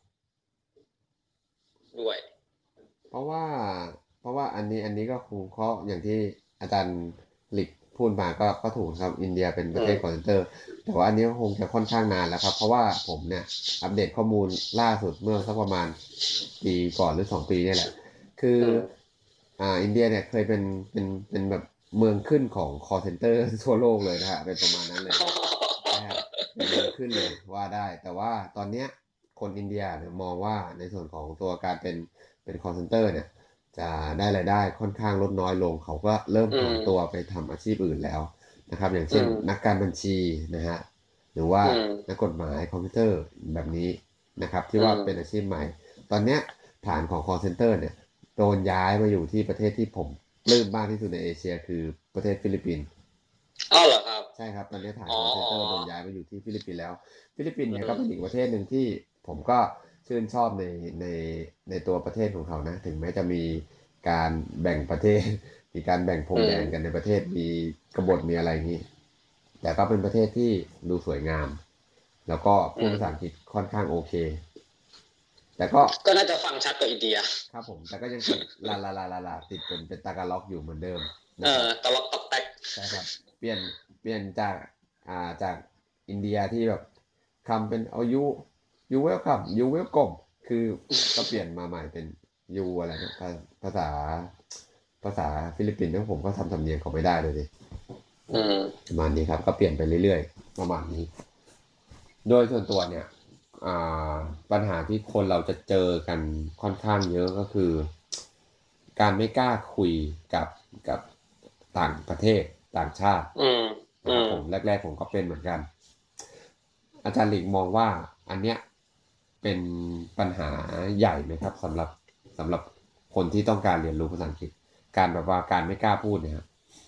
ด้วยเพราะว่าอันนี้ก็คงเพราะอย่างที่อาจารย์หลิกพูดมาก็ถูกครับอินเดียเป็นประเทศคอลเซนเตอร์แต่ว่าอันนี้คงจะค่อนข้างนานแล้วครับเพราะว่าผมเนี่ยอัปเดตข้อมูลล่าสุดเมื่อสักประมาณปีก่อนหรือ2 ปีนี่แหละคืออินเดียเนี่ยเคยเป็นแบบเมืองขึ้นของคอลเซนเตอร์ทั่วโลกเลยนะฮะเป็นประมาณนั้นเลยเป็นเมืองขึ้นเลยว่าได้แต่ว่าตอนเนี้ยคนอินเดียเนี่ยมองว่าในส่วนของตัวการเป็นcall center เนี่ยจะได้รายได้ค่อนข้างลดน้อยลงเขาก็เริ่มผันตัวไปทำอาชีพอื่นแล้วนะครับอย่างเช่นนักการบัญชีนะฮะหรือว่านักกฎหมายคอมพิวเตอร์แบบนี้นะครับที่ว่าเป็นอาชีพใหม่ตอนเนี้ยฐานของ call center เนี่ยโดนย้ายมาอยู่ที่ประเทศที่ผมปลื้มมากที่สุดในเอเชียคือประเทศฟิลิปปินส์เหรอครับใช่ครับตอนนี้ฐาน call center โดนย้ายมาอยู่ที่ฟิลิปปินส์แล้วฟิลิปปินส์เนี่ยก็เป็นอีกประเทศหนึ่งที่ผมก็ชื่นชอบในตัวประเทศของเขานะถึงแม้จะมีการแบ่งประเทศมีการแบ่งพรมแดนกันในประเทศมีกบฏมีอะไรอย่างนี้แต่ก็เป็นประเทศที่ดูสวยงามแล้วก็พูดภาษาอังกฤษค่อนข้างโอเคแต่ก็น่าจะฟังชัดกว่าอินเดียครับผมแต่ก็ยังติดลาติดเป็นตากาล็อกอยู่เหมือนเดิมตาล็อกตอกแตกใช่ครับเปลี่ยนจากอินเดียที่แบบคำเป็นเอายูเวลคัมยูเวลกลมคือก็เปลี่ยนมาใหม่เป็นยูอะไรนะภาษาฟิลิปปินส์ผมก็ทำสำเนียงเขาไม่ได้เลยดิประมาณนี้ครับก็เปลี่ยนไปเรื่อยๆประมาณนี้โดยส่วนตัวเนี่ยปัญหาที่คนเราจะเจอกันค่อนข้างเยอะก็คือการไม่กล้าคุยกับต่างประเทศต่างชาตินะครับผมแรกๆผมก็เป็นเหมือนกันอาจารย์หลิงมองว่าอันเนี้ยเป็นปัญหาใหญ่ไหมครับสำหรับคนที่ต้องการเรียนรู้ภาษาอังกฤษการแบบว่าการไม่กล้าพูดเนี่ยครับ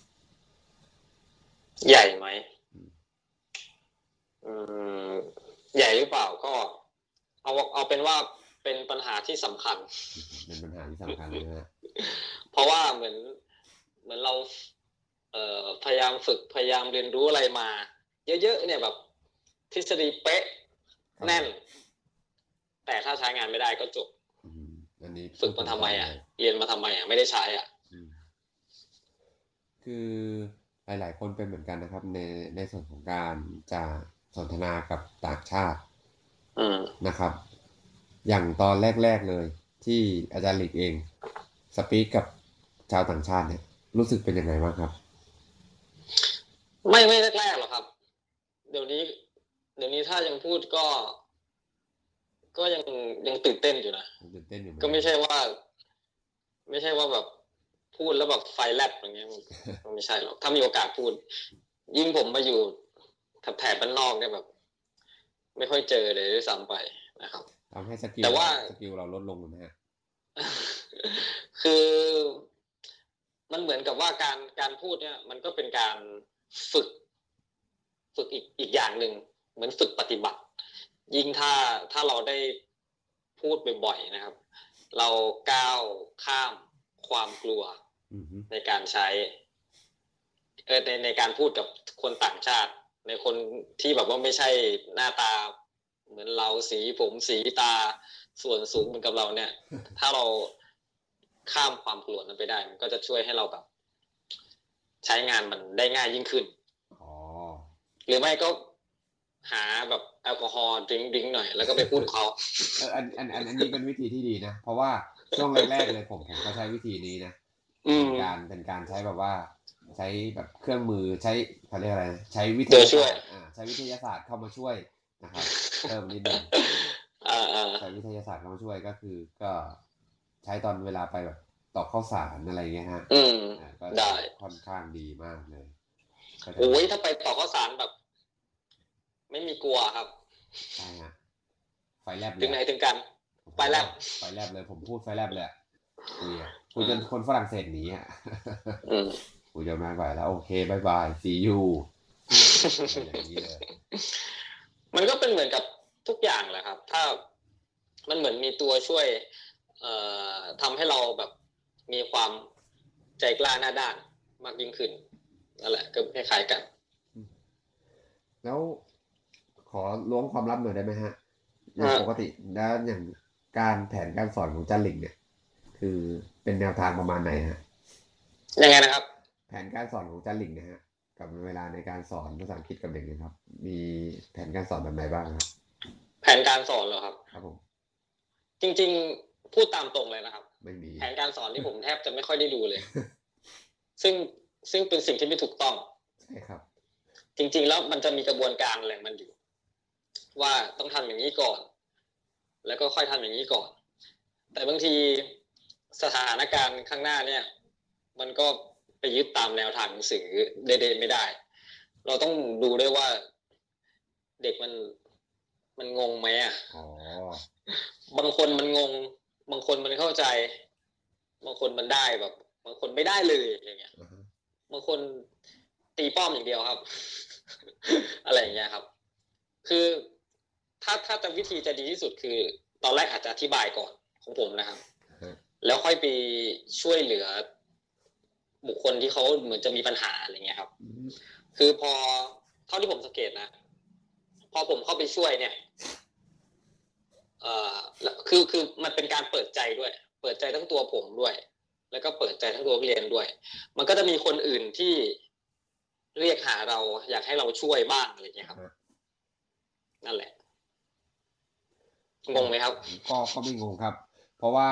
ใหญ่ไหมใหญ่หรือเปล่าก็เอาเป็นว่าเป็นปัญหาที่สำคัญเป็นปัญหาที่สำคัญเลยนะเพราะว่าเหมือนเราพยายามฝึกพยายามเรียนรู้อะไรมาเยอะๆเนี่ยแบบทฤษฎีเป๊ะแน่นแต่ถ้าใช้งานไม่ได้ก็จบอันนี้ฝึกมาทำไมเรียนมาทำไมไม่ได้ใช้คือหลายๆคนเป็นเหมือนกันนะครับในส่วนของการจะสนทนากับต่างชาตินะครับอย่างตอนแรกๆเลยที่อาจารย์หลิกเองสปีกกับชาวต่างชาติเนี่ยรู้สึกเป็นยังไงบ้างครับไม่แรกๆหรอกครับเดี๋ยวนี้ถ้ายังพูดก็ยังตื่นเต้นอยู่นะก็ไม่ใช่ว่าแบบพูดแล้วแบบไฟแลบอย่างเงี้ยมันไม่ใช่หรอกถ้ามีโอกาสพูดยิ่งผมมาอยู่แถบบ้านนอกเนี่ยแบบไม่ค่อยเจอเลยด้วยซ้ำไปนะครับทำให้สกิลเราลดลงนะฮะคือมันเหมือนกับว่าการพูดเนี่ยมันก็เป็นการฝึกอีกอย่างหนึ่งเหมือนฝึกปฏิบัติยิ่งถ้าเราได้พูดบ่อยๆนะครับเราก้าวข้ามความกลัวในการใช้ในการพูดกับคนต่างชาติในคนที่แบบว่าไม่ใช่หน้าตาเหมือนเราสีผมสีตาส่วนสูงเหมือนกับเราเนี่ย ถ้าเราข้ามความกลัวนั้นไปได้มันก็จะช่วยให้เราแบบใช้งานมันได้ง่ายยิ่งขึ้นหรือไม่ก็หาแบบแอลกอฮอล์ดื่มหน่อยแล้วก็ไปพูดเขาอันนี้เป็นวิธีที่ดีนะเพราะว่าช่วงแรกๆเลยผมก็ใช้วิธีนี้นะเป็นการใช้แบบว่าใช้แบบเครื่องมือใช้เขาเรียกอะไรใช้วิทยาศาสตร์ใช้วิทยาศาสตร์เข้ามาช่วยนะครับเพิ่มนิดนึงใช้วิทยาศาสตร์เข้ามาช่วยก็คือก็ใช้ตอนเวลาไปแบบตอกข้าวสารอะไรเงี้ยฮะก็ได้ค่อนข้างดีมากเลยโอ้ยถ้าไปตอกข้าวสารแบบไม่มีกลัวครับใช่ฮะไฟแลบถึงไหนถึงกันไฟแลบเลยผมพูดไฟแลบเลยคุยจนคนฝรั่งเศสหนีคุยจนไม่ไหวแล้วโอเคบายบาย see you อย่างนี้เลยมันก็เป็นเหมือนกับทุกอย่างแหละครับถ้ามันเหมือนมีตัวช่วยทำให้เราแบบมีความใจกล้าหน้าด้านมากยิ่งขึ้นนั่นแหละก็คล้ายๆกันแล้วขอล้วงความลับหน่อยได้ไหมฮะอย่างปกติแล้วอย่างการแผนการสอนของจันหลิงเนี่ยคือเป็นแนวทางประมาณไหนฮะยังไงนะครับแผนการสอนของจันหลิงนะฮะกับเวลาในการสอนภาษาอังกฤษกับเด็กนะครับมีแผนการสอนแบบไหนบ้างครับแผนการสอนเหรอครับครับผมจริงๆพูดตามตรงเลยนะครับไม่มีแผนการสอนที่ผมแทบจะไม่ค่อยได้ดูเลย ซึ่งเป็นสิ่งที่ไม่ถูกต้องใช่ครับจริงๆแล้วมันจะมีกระบวนการอะไรมันอยู่ว่าต้องทำอย่างนี้ก่อนแล้วก็ค่อยทำอย่างนี้ก่อนแต่บางทีสถานการณ์ข้างหน้าเนี่ยมันก็ไปยึดตามแนวทางหนังสือเด็ดๆไม่ได้เราต้องดูด้วยว่าเด็กมันงงไหมอ่ะบางคนมันงงบางคนมันเข้าใจบางคนมันได้แบบบางคนไม่ได้เลยอย่างเงี้ยบางคนตีป้อมอย่างเดียวครับ อะไรอย่างเงี้ยครับคือถ้าจะวิธีจะดีที่สุดคือตอนแรกอาจจะอธิบายก่อนของผมนะครับแล้วค่อยไปช่วยเหลือบุคคลที่เขาเหมือนจะมีปัญหาอะไรเงี้ยครับคือพอเท่าที่ผมสังเกตนะพอผมเข้าไปช่วยเนี่ยคือมันเป็นการเปิดใจด้วยเปิดใจทั้งตัวผมด้วยแล้วก็เปิดใจทั้งตัวนักเรียนด้วยมันก็จะมีคนอื่นที่เรียกหาเราอยากให้เราช่วยบ้างอะไรเงี้ยครับนั่นแหละงงไหมครับก็ไม่งงครับเพราะว่า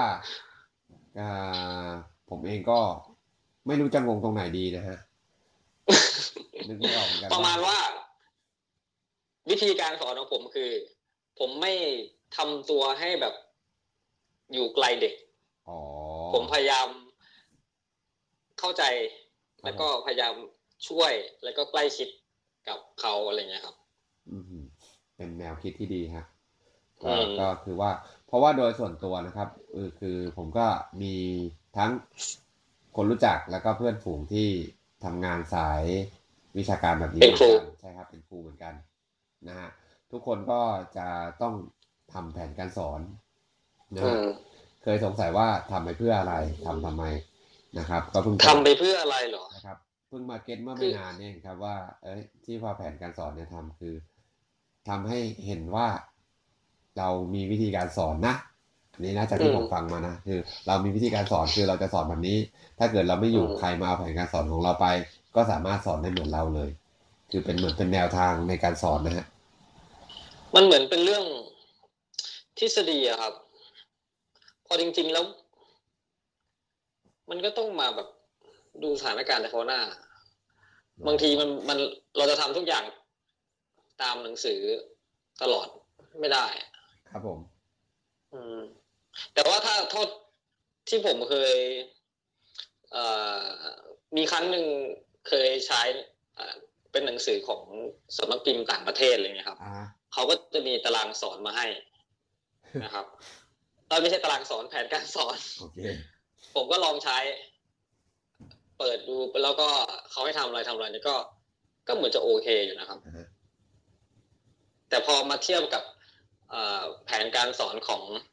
ผมเองก็ไม่รู้จะงงตรงไหนดีนะฮะนึกไม่ออกเหมือนกันประมาณว่าวิธีการสอนของผมคือผมไม่ทำตัวให้แบบอยู่ไกลเด็กผมพยายามเข้าใจแล้วก็พยายามช่วยแล้วก็ใกล้ชิดกับเขาอะไรเงี้ยครับเป็นแนวคิดที่ดีครับก็คือว่าเพราะว่าโดยส่วนตัวนะครับคือผมก็มีทั้งคนรู้จักแล้วก็เพื่อนฝูงที่ทำงานสายวิชาการแบบนี้เป็นครูใช่ครับเป็นครูเหมือนกันนะฮะทุกคนก็จะต้องทำแผนการสอนนะเคยสงสัยว่าทำไปเพื่ออะไรทำไมนะครับก็เพิ่งทำไปเพื่ออะไรหรอนะครับเพิ่งมาเก็ตเมื่อไม่นานนี่ครับว่าที่พอแผนการสอนเนี่ยทำคือทำให้เห็นว่าเรามีวิธีการสอนนะนี่นะจากที่ผมฟังมานะคือเรามีวิธีการสอนคือเราจะสอนแบบนี้ถ้าเกิดเราไม่อยู่ใครมาเอาแผนการสอนของเราไปก็สามารถสอนได้เหมือนเราเลยคือเป็นเหมือนเป็นแนวทางในการสอนนะฮะมันเหมือนเป็นเรื่องทฤษฎีอะครับพอจริงๆแล้วมันก็ต้องมาแบบดูสถานการณ์เฉพาะหน้าบางทีมันเราจะทำทุกอย่างตามหนังสือตลอดไม่ได้ครับผมแต่ว่าถ้าโทษที่ผมเคยมีครั้งหนึ่งเคยใช้เป็นหนังสือของสำนักพิมพ์ต่างประเทศอะไรเงี้ยครับเขาก็จะมีตารางสอนมาให้นะครับไม่ใช่ตารางสอนแผนการสอน okay. ผมก็ลองใช้เปิดดูแล้วก็เขาให้ทำอะไรเนี่ยก็เหมือนจะโอเคอยู่นะครับ แต่พอมาเทียบกับแผนการสอน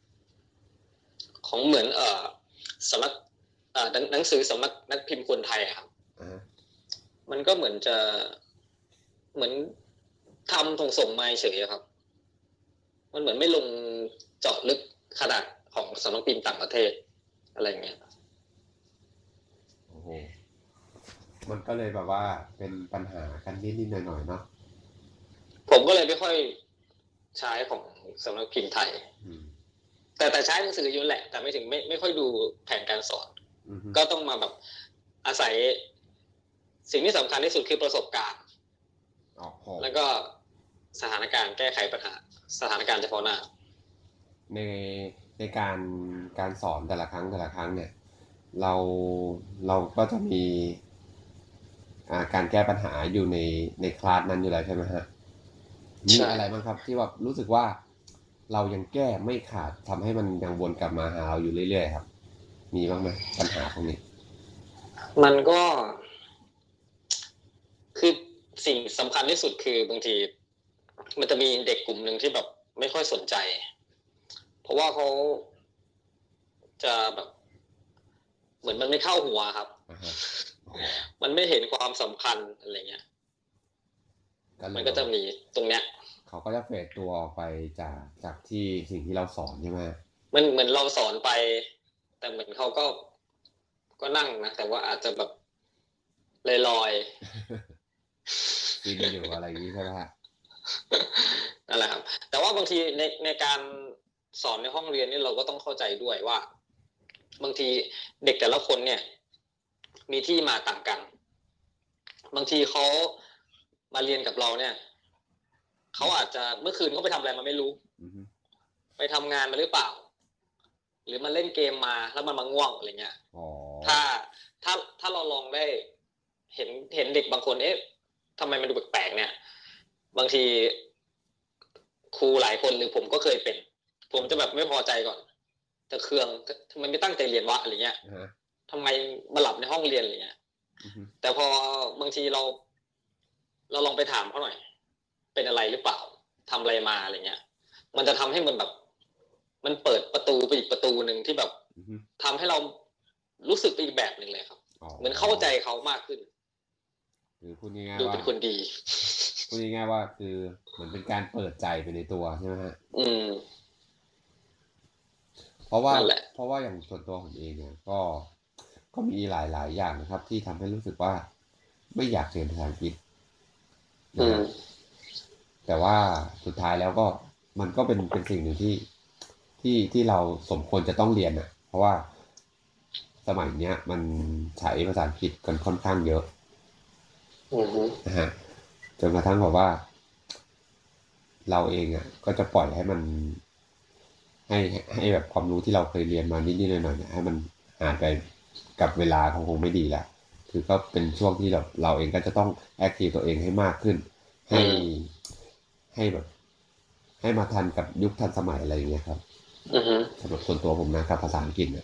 ของเหมือนสำนักหนังสือสำนักนักพิมพ์คนไทยครับมันก็เหมือนจะเหมือนทำส่งมาเฉยครับมันเหมือนไม่ลงเจาะลึกขนาดของสำนักพิมพ์ต่างประเทศอะไรเงี้ยโอ้โหมันก็เลยแบบว่าเป็นปัญหากันนิดๆหน่อยๆเนาะผมก็เลยไม่ค่อยใช้ของสำนักพิมพ์ไทยแต่ใช้หนังสืออยู่แหละแต่ไม่ถึงไม่ค่อยดูแผนการสอนก็ต้องมาแบบอาศัยสิ่งที่สำคัญที่สุดคือประสบการณ์แล้วก็สถานการณ์แก้ไขปัญหาสถานการณ์เฉพาะหน้าในการสอนแต่ละครั้งเนี่ยเราก็จะมีการแก้ปัญหาอยู่ในคลาสนั้นอยู่แล้วใช่ไหมฮะมีอะไรบ้างครับที่แบบรู้สึกว่าเรายังแก้ไม่ขาดทำให้มันยังวนกลับมาหาเราอยู่เรื่อยๆครับมีบ้างไหมปัญหาพวกนี้มันก็คือสิ่งสำคัญที่สุดคือบางทีมันจะมีเด็กกลุ่มหนึ่งที่แบบไม่ค่อยสนใจเพราะว่าเขาจะแบบเหมือนมันไม่เข้าหัวครับ มันไม่เห็นความสำคัญอะไรเงี้ยมันก็จะมีตรงเนี้ยเขาก็จะเฟดตัวออกไปจากที่สิ่งที่เราสอนใช่ไหมมันเหมือนเราสอนไปแต่เหมือนเขาก็นั่งนะแต่ว่าอาจจะแบบลอยๆกินอยู่อะไรอย่างนี้ใช่ไหมฮะนั่นแหละครับแต่ว่าบางทีในการสอนในห้องเรียนนี่เราก็ต้องเข้าใจด้วยว่าบางทีเด็กแต่ละคนเนี่ยมีที่มาต่างกันบางทีเขามาเรียนกับเราเนี่ยเขาอาจจะเมื่อคืนเขาไปทำอะไรมาไม่รู้ไปทำงานมาหรือเปล่าหรือมันเล่นเกมมาแล้วมันมาง่วงอะไรเงี้ยถ้าเราลองได้เห็นเด็กบางคนทำไมมันดูแปลกๆเนี่ยบางทีครูหลายคนหรือผมก็เคยเป็นผมจะแบบไม่พอใจก่อนจะเคืองทำไมไม่ตั้งใจเรียนวะอะไรเงี้ยทำไมมาหลับในห้องเรียนอะไรเงี้ยแต่พอบางทีเราลองไปถามเขาหน่อยเป็นอะไรหรือเปล่าทำอะไรมาอะไรเงี้ยมันจะทำให้มันแบบมันเปิดประตูไปอีกประตูนึงที่แบบทำให้เรารู้สึกไปอีกแบบนึงเลยครับเหมือนเข้าใจเขามากขึ้นหรือพูดง่ายๆว่าดูเป็นคนดีพูดง่ายๆว่าคือเหมือนเป็นการเปิดใจไปในตัวใช่ไหมฮะเพราะว่าอย่างส่วนตัวผมเองเนี่ยก็มีหลายอย่างนะครับที่ทำให้รู้สึกว่าไม่อยากเรียนภาษาอังกฤษแต่ว่าสุดท้ายแล้วก็มันก็เป็นสิ่งหนึ่งที่เราสมควรจะต้องเรียนอ่ะเพราะว่าสมัยเนี้ยมันใช้ภาษาอังกฤษกันค่อนข้างเยอะนะฮะจนกระทั่งแบบว่าเราเองอ่ะก็จะปล่อยให้มันให้แบบความรู้ที่เราเคยเรียนมานิดๆหน่อยๆเนี่ยให้มันหายไปกับเวลาคงไม่ดีละคือก็เป็นช่วงที่เราเองก็จะต้องแอคทีฟตัวเองให้มากขึ้นให้แบบให้มาทันกับยุคทันสมัยอะไรอย่างเงี้ยครับสำหรับส่วนตัวผมนะครับภาษาอังกฤษเนี่ย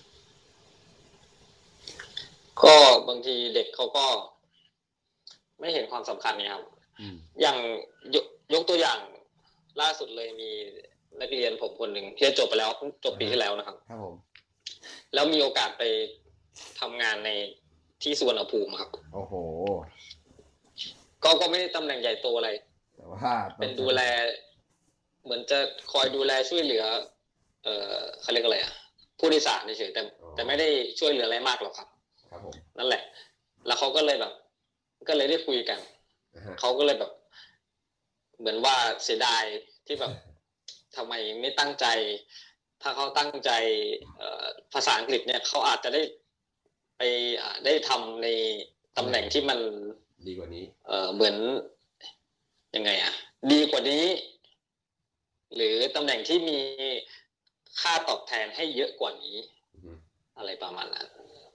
ก็บางทีเด็กเขาก็ไม่เห็นความสำคัญเนี่ยครับอย่างยกตัวอย่างล่าสุดเลยมีนักเรียนผมคนหนึ่งที่จบไปแล้วจบปีที่แล้วนะครับครับผมแล้วมีโอกาสไปทำงานในที่สุวรรณภูมิครับโอ้โหก็ไม่ได้ตำแหน่งใหญ่โตอะไรแต่ว่าเป็นดูแลเหมือนจะคอยดูแลช่วยเหลือเขาเรียกอะไรผู้โดยสารเฉยๆแต่ไม่ได้ช่วยเหลืออะไรมากหรอกครับครับผมนั่นแหละแล้วเขาก็เลยแบบก็เลยได้คุยกันเขาก็เลยแบบเหมือนว่าเสียดายที่แบบทำไมไม่ตั้งใจถ้าเขาตั้งใจภาษาอังกฤษเนี่ยเขาอาจจะไปได้ทำในตำแหน่งที่มันดีกว่านี้เหมือนยังไงดีกว่านี้หรือตำแหน่งที่มีค่าตอบแทนให้เยอะกว่านี้อะไรประมาณนั้น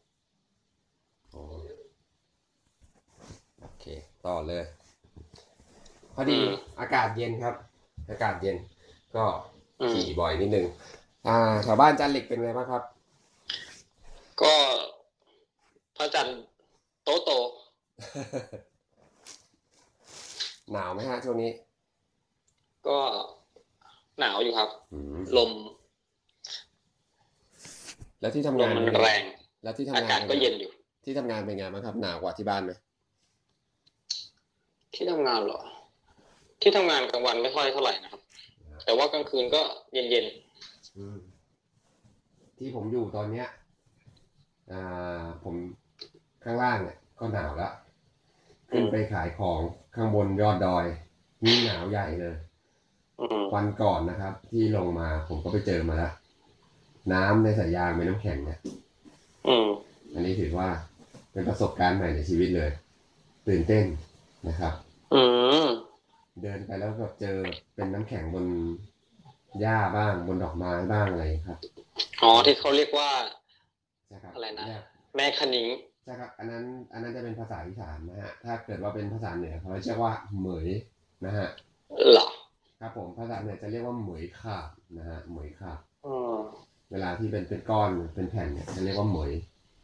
โอเคต่อเลยพอดีอากาศเย็นครับอากาศเย็นก็ขี่บ่อยนิดนึงแถวบ้านจันทร์เหล็กเป็นไงบ้างครับก็พระจันทร์โตหนาวไหมฮะช่วงนี้ก็หนาวอยู่ครับลมแล้วที่ทำงานมันแรงแล้วที่ทำงานอากาศก็เย็นอยู่ที่ทำงานเป็นไงบ้างครับหนาวกว่าที่บ้านไหมที่ทำงานเหรอที่ทำงานกลางวันไม่ค่อยเท่าไหร่นะครับแต่ว่ากลางคืนก็เย็นที่ผมอยู่ตอนเนี้ยผมข้างล่างเนี่ยก็หนาวแล้วขึ้นไปขายของข้างบนยอดดอยยิ่งหนาวใหญ่เลยวันก่อนนะครับที่ลงมาผมก็ไปเจอมาแล้วน้ำในสายยางเป็นน้ำแข็งเนี่ยอันนี้ถือว่าเป็นประสบการณ์ใหม่ในชีวิตเลยตื่นเต้นนะครับเดินไปแล้วก็เจอเป็นน้ำแข็งบนหญ้าบ้างบนดอกไม้บ้างอะไรครับที่เขาเรียกว่าอะไรนะแม่คะนิ้งใช่ครับอันนั้นจะเป็นภาษาอีสานนะฮะถ้าเกิดว่าเป็นภาษาเหนือเขาเรียกว่าเหมยนะฮะหรอครับผมภาษาเหนือจะเรียกว่าเหมยขาบนะฮะเหมยขาบเวลาที่เป็นก้อนเป็นแผ่นเนี่ยจะเรียกว่าเหมย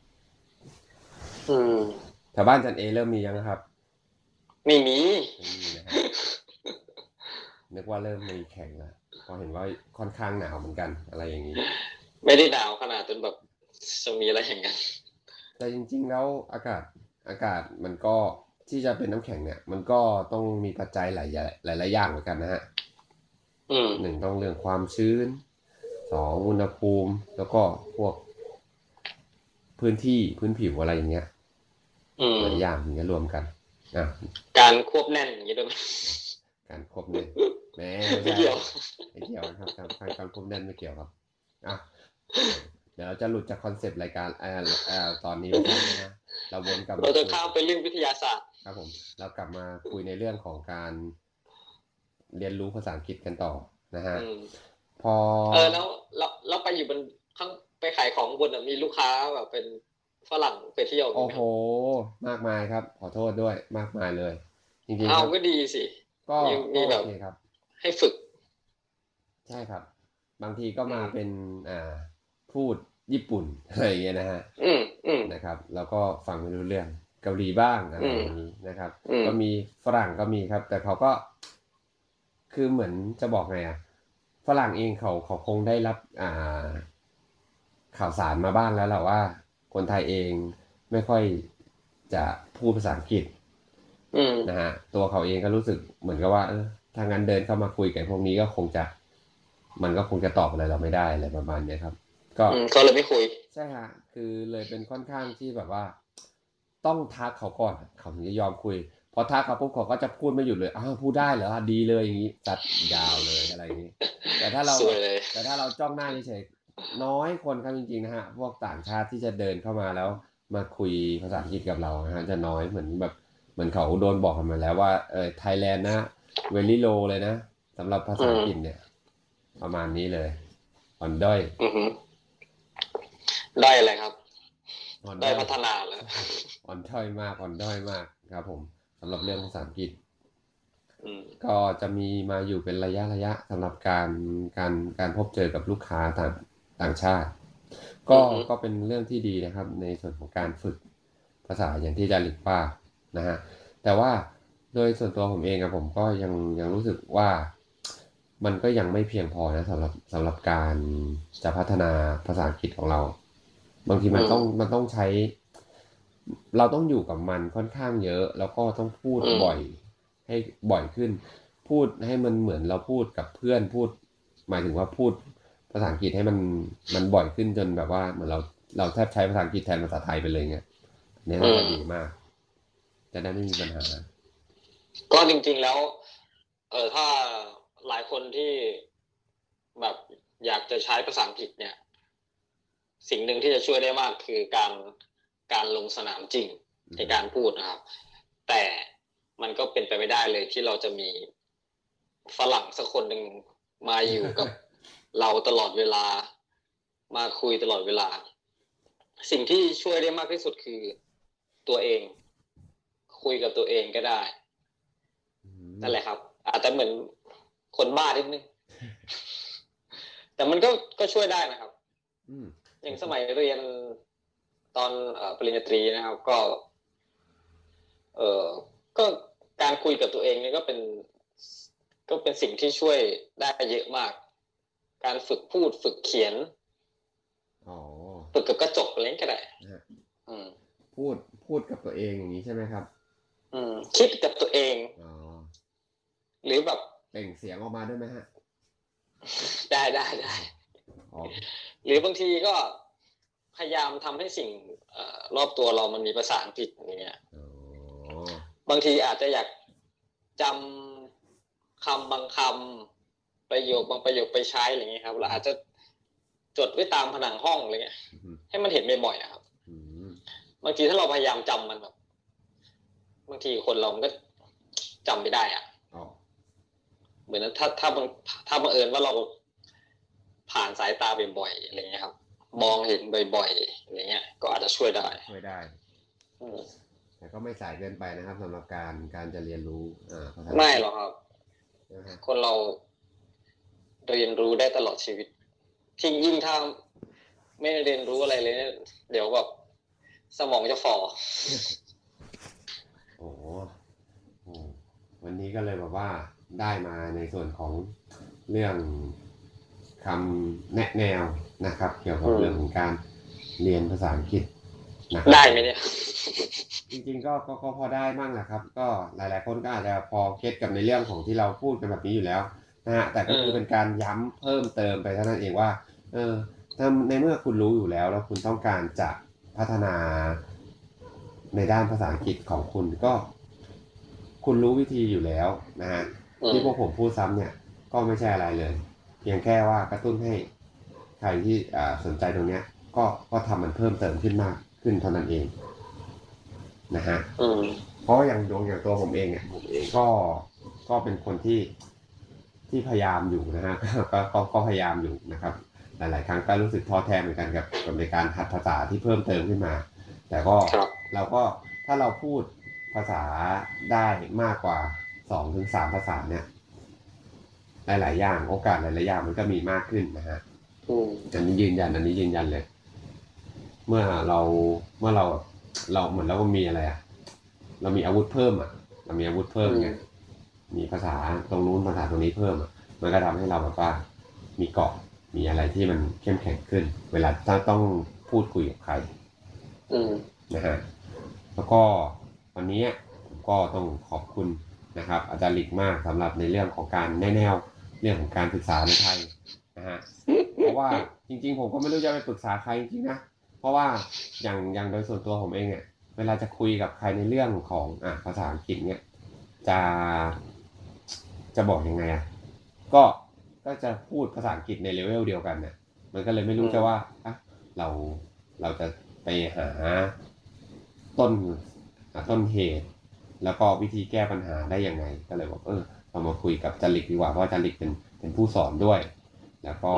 แถวบ้านจันเอเริ่มมียังครับไม่มีนะฮะนึกว่าเริ่มมีแข่งแล้วพอเห็นว่าค่อนข้างหนาวเหมือนกันอะไรอย่างนี้ไม่ได้หนาวขนาดจนแบบจะมีอะไรอย่างนั้นแต่จริงๆแล้วอากาศมันก็ที่จะเป็นน้ำแข็งเนี่ยมันก็ต้องมีปัจจัยหลายอย่างเหมือนกันนะฮะหนึ่งต้องเรื่องความชื้นสองอุณหภูมิแล้วก็พวกพื้นผิวอะไรอย่างเงี้ยหลายอย่างอย่างเงี้ยรวมกันการควบแน่นอย่างเงี้ยด้วยการควบแน่นแม่ไม่เกี่ยวครับการควบแน่นไม่เกี่ยวครับเดี๋ยวเราจะหลุดจากคอนเซปต์รายการตอนนี้ไปนะเราวนกลับเราจะข้ามไปเรื่องวิทยาศาสตร์ครับผมเรากลับมาคุยในเรื่องของการเรียนรู้ภาษาอังกฤษกันต่อนะฮะพอแล้วไปอยู่บนข้างไปขายของบนมีลูกค้าแบบเป็นฝรั่งไปเที่ยวโอ้โหมากมายครับขอโทษด้วยมากมายเลยจริงๆก็ดีสิก็มีแบบให้ฝึกใช่ครับบางทีก็มาเป็นพูดญี่ปุ่นอะไรอย่างเงี้ยนะฮะนะครับแล้วก็ฟังไม่รู้เรื่องเกาหลีบ้างอะไรอย่างนี้นะครับก็มีฝรั่งก็มีครับแต่เขาก็คือเหมือนจะบอกไงฝรั่งเองเขาคงได้รับข่าวสารมาบ้างแล้วแหละว่าคนไทยเองไม่ค่อยจะพูดภาษาอังกฤษนะฮะตัวเขาเองก็รู้สึกเหมือนกับว่าถ้างั้นเดินเข้ามาคุยกับพวกนี้ก็คงจะตอบอะไรเราไม่ได้อะไรประมาณนี้ครับก็เลยไม่คุยใช่ฮะคือเลยเป็นค่อนข้างที่แบบว่าต้องทักเขาก่อนเขาถึงจะยอมคุยพอทักเขาปุ๊บเขาก็จะพูดไม่หยุดเลยพูดได้เหรอดีเลยอย่างนี้จัดยาวเลยอะไรอย่างนี้แต่ถ้าเราจ้องหน้าเฉยๆน้อยคนครับจริงๆนะฮะพวกต่างชาติที่จะเดินเข้ามาแล้วมาคุยภาษาอังกฤษกับเรานะฮะจะน้อยเหมือนเขาโดนบอกกันมาแล้วว่าไทยแลนด์นะเวลี่โลเลยนะสำหรับภาษาอังกฤษเนี่ยประมาณนี้เลยอ่อนด้อยได้อะไรครับได้พัฒนาแล้วอ่อนด้อยมากครับผมสำหรับเรื่องภาษาอังกฤษก็จะมีมาอยู่เป็นระยะสำหรับการพบเจอกับลูกค้าต่างชาติก็เป็นเรื่องที่ดีนะครับในส่วนของการฝึกภาษาอย่างที่จาริกว่านะฮะแต่ว่าโดยส่วนตัวผมเองผมก็ยังรู้สึกว่ามันก็ยังไม่เพียงพอนะสำหรับการจะพัฒนาภาษาอังกฤษของเราบางทีมันต้องใช้เราต้องอยู่กับมันค่อนข้างเยอะแล้วก็ต้องพูดบ่อยให้บ่อยขึ้นพูดให้มันเหมือนเราพูดกับเพื่อนพูดหมายถึงว่าพูดภาษาอังกฤษให้มันบ่อยขึ้นจนแบบว่าเหมือนเราแทบใช้ภาษาอังกฤษแทนภาษาไทยไปเลยเงี้ยเนี่ยน่าจะดีมากจะได้ไม่มีปัญหาก็จริงๆแล้วถ้าหลายคนที่แบบอยากจะใช้ภาษาอังกฤษเนี่ยสิ่งหนึ่งที่จะช่วยได้มากคือการลงสนามจริงในการพูดนะครับแต่มันก็เป็นไปไม่ได้เลยที่เราจะมีฝรั่งสักคนหนึ่งมาอยู่กับเราตลอดเวลามาคุยตลอดเวลาสิ่งที่ช่วยได้มากที่สุดคือตัวเองคุยกับตัวเองก็ได้นั่นแหละครับอาจจะเหมือนคนบ้านิดนึงแต่มันก็ช่วยได้นะครับอย่างสมัยเรียนตอนปริญญาตรีนะครับก็การคุยกับตัวเองนี่ก็เป็นสิ่งที่ช่วยได้เยอะมากการฝึกพูดฝึกเขียนฝึกกับกระจกอะไรก็ได้พูดกับตัวเองอย่างนี้ใช่ไหมครับคิดกับตัวเองหรือแบบเปล่งเสียงออกมาด้วยไหมฮะได้หรือบางทีก็พยายามทำให้สิ่งรอบตัวเรามันมีภาษาอังกฤษอย่างเงี้ยบางทีอาจจะอยากจำคำบางคำประโยคบางประโยคไปใช้อะไรเงี้ยครับเราอาจจะจดไว้ตามผนังห้องอะไรเงี้ยให้มันเห็นบ่อยๆครับบางทีถ้าเราพยายามจำมันแบบบางทีคนเรามันก็จำไม่ได้อ่ะเหมือนถ้าบังเอิญว่าเราผ่านสายตาบ่อยๆอะไรเงี้ยครับมองเห็นบ่อยๆอะไรเงี้ยก็อาจจะช่วยได้แต่ก็ไม่สายเกินไปนะครับสำหรับการจะเรียนรู้ไม่หรอกครับคนเราเรียนรู้ได้ตลอดชีวิตที่ยิ่งถ้าไม่เรียนรู้อะไรเลยเดี๋ยวแบบสมองจะฝ่อโอ้วันนี้ก็เลยแบบว่าได้มาในส่วนของเรื่องคำแนะแนวนะครับเกี่ยวกับเรื่องของการเรียนภาษาอังกฤษนะครับได้ไหมเนี่ยจริงๆก็พอได้มั่งแหละครับก็หลายๆคนก็อาจจะพอเก็ทกับในเรื่องของที่เราพูดกันแบบนี้อยู่แล้วนะฮะแต่ก็คือเป็นการย้ำเพิ่มเติมไปเท่านั้นเองว่าถ้าในเมื่อคุณรู้อยู่แล้วคุณต้องการจะพัฒนาในด้านภาษาอังกฤษของคุณก็คุณรู้วิธีอยู่แล้วนะฮะที่พวกผมพูดซ้ำเนี่ยก็ไม่ใช่อะไรเลยเพียงแค่ว่ากระตุ้นให้ใครที่สนใจตรงเนี้ยก็ทำมันเพิ่มเติมขึ้นมากขึ้นเท่านั้นเองนะฮะเพราะอย่างตัวผมเองเนี่ยก็เป็นคนที่พยายามอยู่นะฮะก็พยายามอยู่นะครับหลายๆครั้งก็รู้สึกท้อแท้เหมือนกันกับในการหัดภาษาที่เพิ่มเติมขึ้นมาแต่ก็เราก็ถ้าเราพูดภาษาได้มากกว่า 2-3 ภาษาเนี่ยหลายๆอย่างโอกาสหลายๆอย่างมันก็มีมากขึ้นนะฮะอันนี้ยืนยันเลยเมื่อเราเหมือนเราก็มีอะไรอ่ะเรามีอาวุธเพิ่มเนี่ยมีภาษาตรงนู้นภาษาตรงนี้เพิ่มมันก็ทำให้เราแบบว่ามีเกาะมีอะไรที่มันเข้มแข็งขึ้นเวลาต้องพูดคุยกับใครนะฮะแล้วก็วันนี้ผมก็ต้องขอบคุณนะครับอาจารย์หลิกมากสำหรับในเรื่องของการแนวเรื่องของการศึกษาในไทยนะฮะเพราะว่าจริงๆผมก็ไม่รู้จะไปปรึกษาใครจริงๆนะเพราะว่าอย่างโดยส่วนตัวผมเองเนี่ยเวลาจะคุยกับใครในเรื่องของภาษาอังกฤษเนี่ยจะบอกยังไงก็จะพูดภาษาอังกฤษในเลเวลเดียวกันเนี่ยมันก็เลยไม่รู้จะว่าเราจะไปหาต้นเหตุแล้วก็วิธีแก้ปัญหาได้ยังไงก็เลยบอกเรามาคุยกับจันลิกดีกว่าเพราะจันลิกเป็นผู้สอนด้วยแล้วก็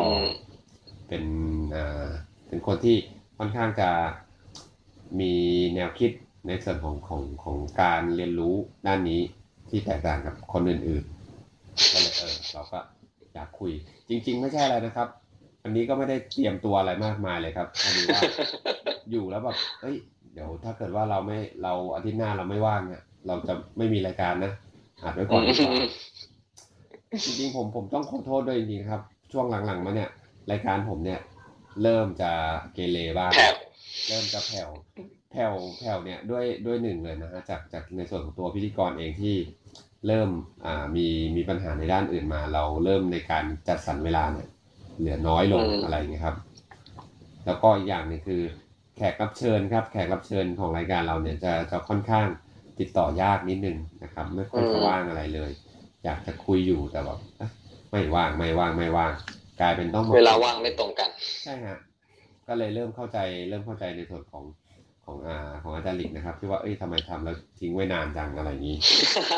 เป็นคนที่ค่อนข้างจะมีแนวคิดในส่วนของการเรียนรู้ด้านนี้ที่แตกต่างกับคนอื่นๆก็เลยเราก็อยากคุยจริงๆไม่ใช่อะไรนะครับอันนี้ก็ไม่ได้เตรียมตัวอะไรมากมายเลยครับพอดีว่าอยู่แล้วแบบเดี๋ยวถ้าเกิดว่าเราอาทิตย์หน้าเราไม่ว่างเนี่ยเราจะไม่มีรายการนะอัดไว้ก่อนดีกว่าจริงๆผมต้องขอโทษด้วยจริงๆครับช่วงหลังๆมาเนี่ยรายการผมเนี่ยเริ่มจะเกเรบ้างเริ่มจะแผ่วเนี่ยด้วยหนึ่งเลยนะฮะจากในส่วนของตัวพิธีกรเองที่เริ่มมีปัญหาในด้านอื่นมาเราเริ่มในการจัดสรรเวลาเนี่ยเหลือน้อยลงอะไรอย่างเงี้ยครับแล้วก็อีกอย่างนึงคือแขกรับเชิญของรายการเราเนี่ยจะค่อนข้างติดต่อยากนิดนึงนะครับไม่ค่อยจะว่างอะไรเลยอยากจะคุยอยู่แต่แบบไม่ว่างกลายเป็นต้องเวลาว่างไม่ตรงกันใช่ฮะก็เลยเริ่มเข้าใจในส่วนของอาจารย์หลิกนะครับที่ว่าทำไมทำแล้วทิ้งไว้นานจังอะไรอย่างนี้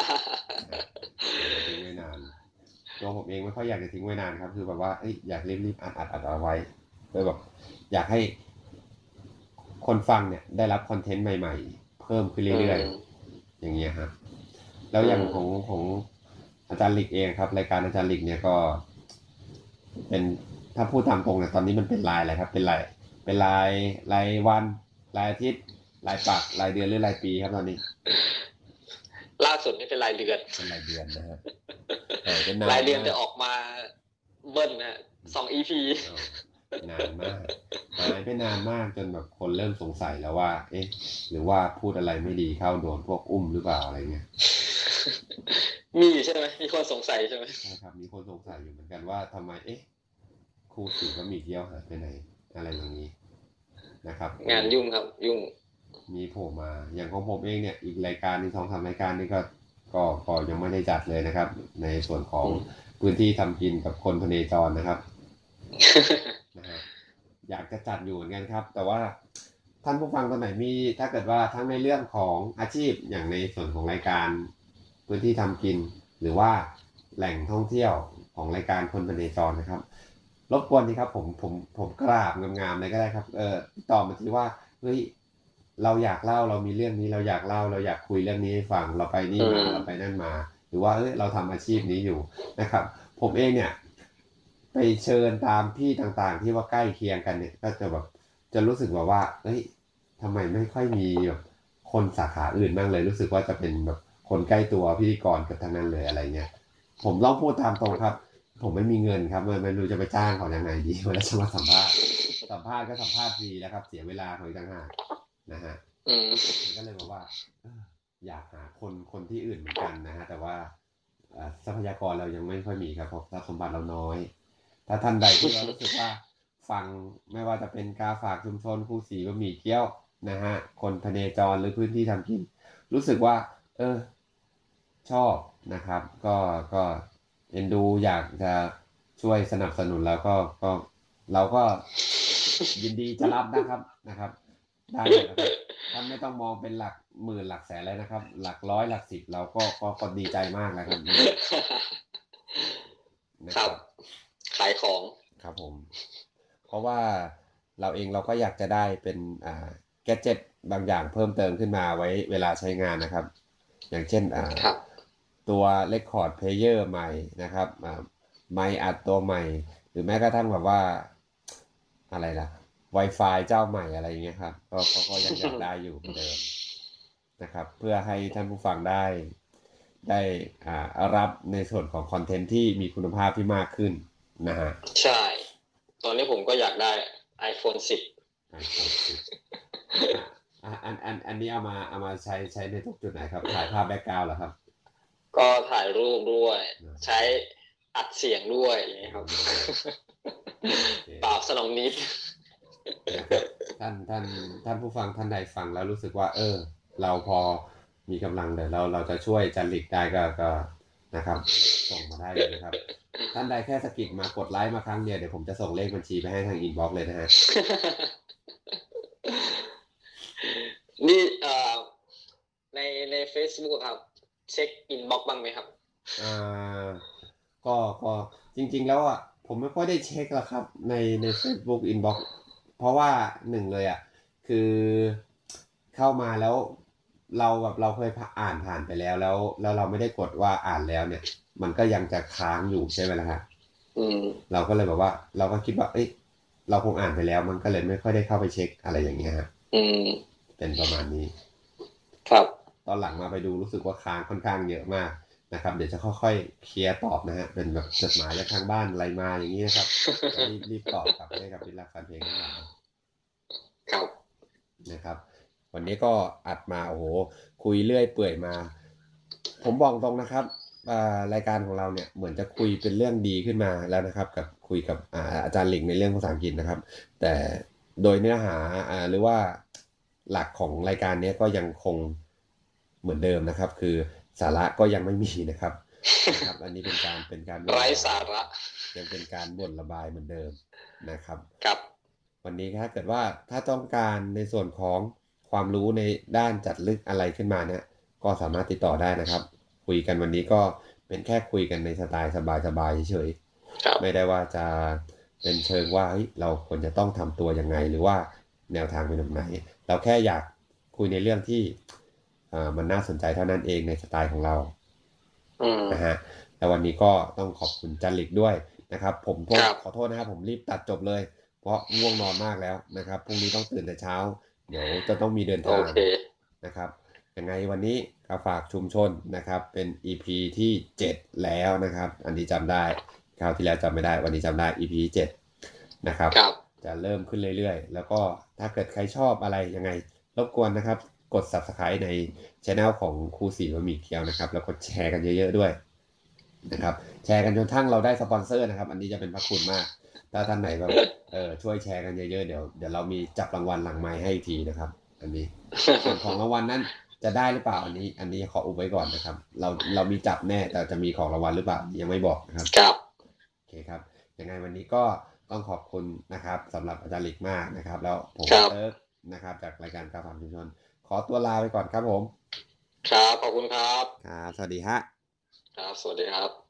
ทิ้งไว้นานตัวผมเองไม่ค่อยอยากจะทิ้งไว้นานครับคือแบบว่าอยากรีบอัดเอาไว้โดยแบบอยากให้คนฟังเนี่ยได้รับคอนเทนต์ใหม่ๆเพิ่มขึ้นเรื่อยๆอย่างเงี้ยครับแล้วอย่างของอาจารย์หลิกเองครับรายการอาจารย์หลิกเนี่ยก็เป็นถ้าพูดตามตรงเนี่ยตอนนี้มันเป็นรายอะไรครับเป็นรายวันรายอาทิตย์รายปักรายเดือนหรือรายปีครับตอนนี้ล่าสุดนี่เป็นรายเดือนนะฮะรายเดือนจะออกมาเบิ้ลนะ2 EP นานมากหายไปนานมากจนแบบคนเริ่มสงสัยแล้วว่าหรือว่าพูดอะไรไม่ดีเข้าโดนพวกหรือเปล่าอะไรเงี้ยมีใช่ไหมมีคนสงสัยใช่ไหมใช่ครับมีคนสงสัยอยู่เหมือนกันว่าทำไมครูสีก็มีเที่ยวหายไปไหนอะไรอย่างนี้นะครับงานยุ่งครับยุ่งมีโผล่มาอย่างของผมเองเนี่ยอีกรายการนึง2-3รายการนี่ก็ยังไม่ได้จัดเลยนะครับในส่วนของพื้นที่ทำกินกับคนพเนจรนะครับนะฮะอยากจะจัดอยู่เหมือนกันครับแต่ว่าท่านผู้ฟังคนไหนมีถ้าเกิดว่าทั้งในเรื่องของอาชีพอย่างในส่วนของรายการพื้นที่ทำกินหรือว่าแหล่งท่องเที่ยวของรายการคนพเนจรนะครับรบกวนดีครับผมกราบงามๆเลยก็ได้ครับตอบมาทีว่าเฮ้ยเราอยากเล่าเรามีเรื่องนี้เราอยากเล่าเราอยากคุยเรื่องนี้ให้ฟังเราไปนี่มาเราไปนั่นมาหรือว่าเราทำอาชีพนี้อยู่นะครับผมเองเนี่ยไปเชิญตามที่ต่างๆที่ว่าใกล้เคียงกันเนี่ยก็จะแบบจะรู้สึกว่าทำไมไม่ค่อยมีแบบคนสาขาอื่นบ้างเลยรู้สึกว่าจะเป็นแบบคนใกล้ตัวพิธีกรกับทางนั้นเลยอะไรเงี้ยผมต้องพูดตามตรงครับผมไม่มีเงินครับไม่รู้จะไปจ้างเขายังไงดีเวลาจะมาสัมภาษณ์ก็สัมภาษณ์ฟรีแล้วครับเสียเวลาเขาอีกต่างหากนะฮะก็เลยบอกว่าอยากหาคนที่อื่นเหมือนกันนะฮะแต่ว่าทรัพยากรเรายังไม่ค่อยมีครับเพราะทรัพย์สมบัติเราน้อยถ้าท่านใดที่เรารู้สึกว่าฟังไม่ว่าจะเป็นกาฝากชุมชนครูสีบะหมี่เกี๊ยวนะฮะคนพเนจรหรือพื้นที่ทำกินรู้สึกว่าชอบนะครับก็เอ็นดูอยากจะช่วยสนับสนุนแล้วก็เราก็ยินดีจะรับนะครับได้เลยนะครับท่านไม่ต้องมองเป็นหลักหมื่นหลักแสนเลยนะครับหลักร้อยหลักสิบเราก็ดีใจมากแล้วครับครับขายของครับผมเพราะว่าเราก็อยากจะได้เป็นแกดเจ็ตบางอย่างเพิ่มเติมขึ้นมาไว้เวลาใช้งานนะครับอย่างเช่นตัว Record Player ใหม่นะครับไมค์อัดตัวใหม่หรือแม้กระทั่งแบบว่าอะไรล่ะ Wi-Fi เจ้าใหม่อะไรอย่างเงี้ยครับก็ยังอยากได้อยู่เหมือนเดิมนะครับเพื่อให้ท่านผู้ฟังได้รับในส่วนของคอนเทนต์ที่มีคุณภาพที่มากขึ้นนะฮะใช่ตอนนี้ผมก็อยากได้ iPhone 10 อันนี้เอามาใช้ในทุกจุดไหนครับถ่ายภาพแบ็คกราวด์เหรอครับก็ถ่ายรูปด้วยใช้อัดเสียงด้วยอย่างนี้ครับตอบสนองนิดท่านผู้ฟังท่านใดฟังแล้วรู้สึกว่าเราพอมีกำลังเดี๋ยวเราจะช่วยจันหลีกได้ก็นะครับส่งมาได้เลยนะครับท่านใดแค่สกิดมากดไลค์มาครั้งเดียวเดี๋ยวผมจะส่งเลขบัญชีไปให้ทางอินบ็อกซ์เลยนะฮะนี่ใน Facebook ครับเช็คอินบ็อกซ์บ้างไหมครับก็จริงๆแล้วอ่ะผมไม่ค่อยได้เช็คหรอกครับใน Facebook inbox เพราะว่าหนึ่งเลยอ่ะคือเข้ามาแล้วเราเคยอ่านผ่านไปแล้วเราไม่ได้กดว่าอ่านแล้วเนี่ยมันก็ยังจะค้างอยู่ใช่ไหมล่ะฮะเราก็เลยแบบว่าเราก็คิดว่าเราคงอ่านไปแล้วมันก็เลยไม่ค่อยได้เข้าไปเช็คอะไรอย่างเงี้ยฮะเป็นประมาณนี้ครับตอนหลังมาไปดูรู้สึกว่าค้างค่อนข้างเยอะมากนะครับเดี๋ยวจะค่อยๆเคลียร์ตอบนะฮะเป็นแบบจดหมายจากทางบ้านอะไรมาอย่างนี้นะครับรีบตอบกลับให้กับพิรักแฟนเพลงครับนะครับวันนี้ก็อัดมาโอ้โหคุยเรื่อยเปื่อยมาผมบอกตรงนะครับรายการของเราเนี่ยเหมือนจะคุยเป็นเรื่องดีขึ้นมาแล้วนะครับกับคุยกับอาจารย์หลิงในเรื่องภาษาอังกฤษนะครับแต่โดยเนื้อหาหรือว่าหลักของรายการนี้ก็ยังคงเหมือนเดิมนะครับคือสาระก็ยังไม่มีนะครับอันนี้เป็นการไร้สาระยังเป็นการบ่นระบายเหมือนเดิมนะครับครับวันนี้ถ้าเกิดว่าถ้าต้องการในส่วนของความรู้ในด้านจัดลึกอะไรขึ้นมาเนี่ยก็สามารถติดต่อได้นะครับคุยกันวันนี้ก็เป็นแค่คุยกันในสไตล์สบายๆเฉยๆไม่ได้ว่าจะเป็นเชิงว่าเราควรจะต้องทำตัวยังไงหรือว่าแนวทางเป็นแบบไหนเราแค่อยากคุยในเรื่องที่มันน่าสนใจเท่านั้นเองในสไตล์ของเรานะฮะแล้ววันนี้ก็ต้องขอบคุณจันหลิกด้วยนะครับผมขอโทษนะครับผมรีบตัดจบเลยเพราะง่วงนอนมากแล้วนะครับพรุ่งนี้ต้องตื่นแต่เช้าเดี๋ยวจะต้องมีเดินทางนะครับยังไงวันนี้ก็ฝากชุมชนนะครับเป็น EP ที่7แล้วนะครับอันนี้จำได้คราวที่แล้วจำไม่ได้วันนี้จำได้ EP 7นะครับจะเริ่มขึ้นเรื่อยๆแล้วก็ถ้าเกิดใครชอบอะไรยังไงรบกวนนะครับกด Subscribe ใน Channel ของครูสีบะหมี่เกี๊ยวนะครับแล้วก็แชร์กันเยอะๆด้วยนะครับแชร์กันจนทั้งเราได้สปอนเซอร์นะครับอันนี้จะเป็นพระคุณมากถ้าท่านไหนแบบช่วยแชร์กันเยอะๆเดี๋ยวเรามีจับรางวัลหลังไมค์ให้อีกทีนะครับ อันนี้ ส่วนของรางวัลนั้นจะได้หรือเปล่าอันนี้ขออุบไว้ก่อนนะครับเรามีจับแน่แต่จะมีของรางวัลหรือเปล่ายังไม่บอกนะครับครับโอเคครับยังไงวันนี้ก็ต้องขอบคุณนะครับสำหรับอาจารย์หลิกมากนะครับแล้วผมเติร์กนะครับจากรายการกาฝากชุมชนขอตัวลาไปก่อนครับผมครับขอบคุณครับครับสวัสดีฮะครับสวัสดีครับ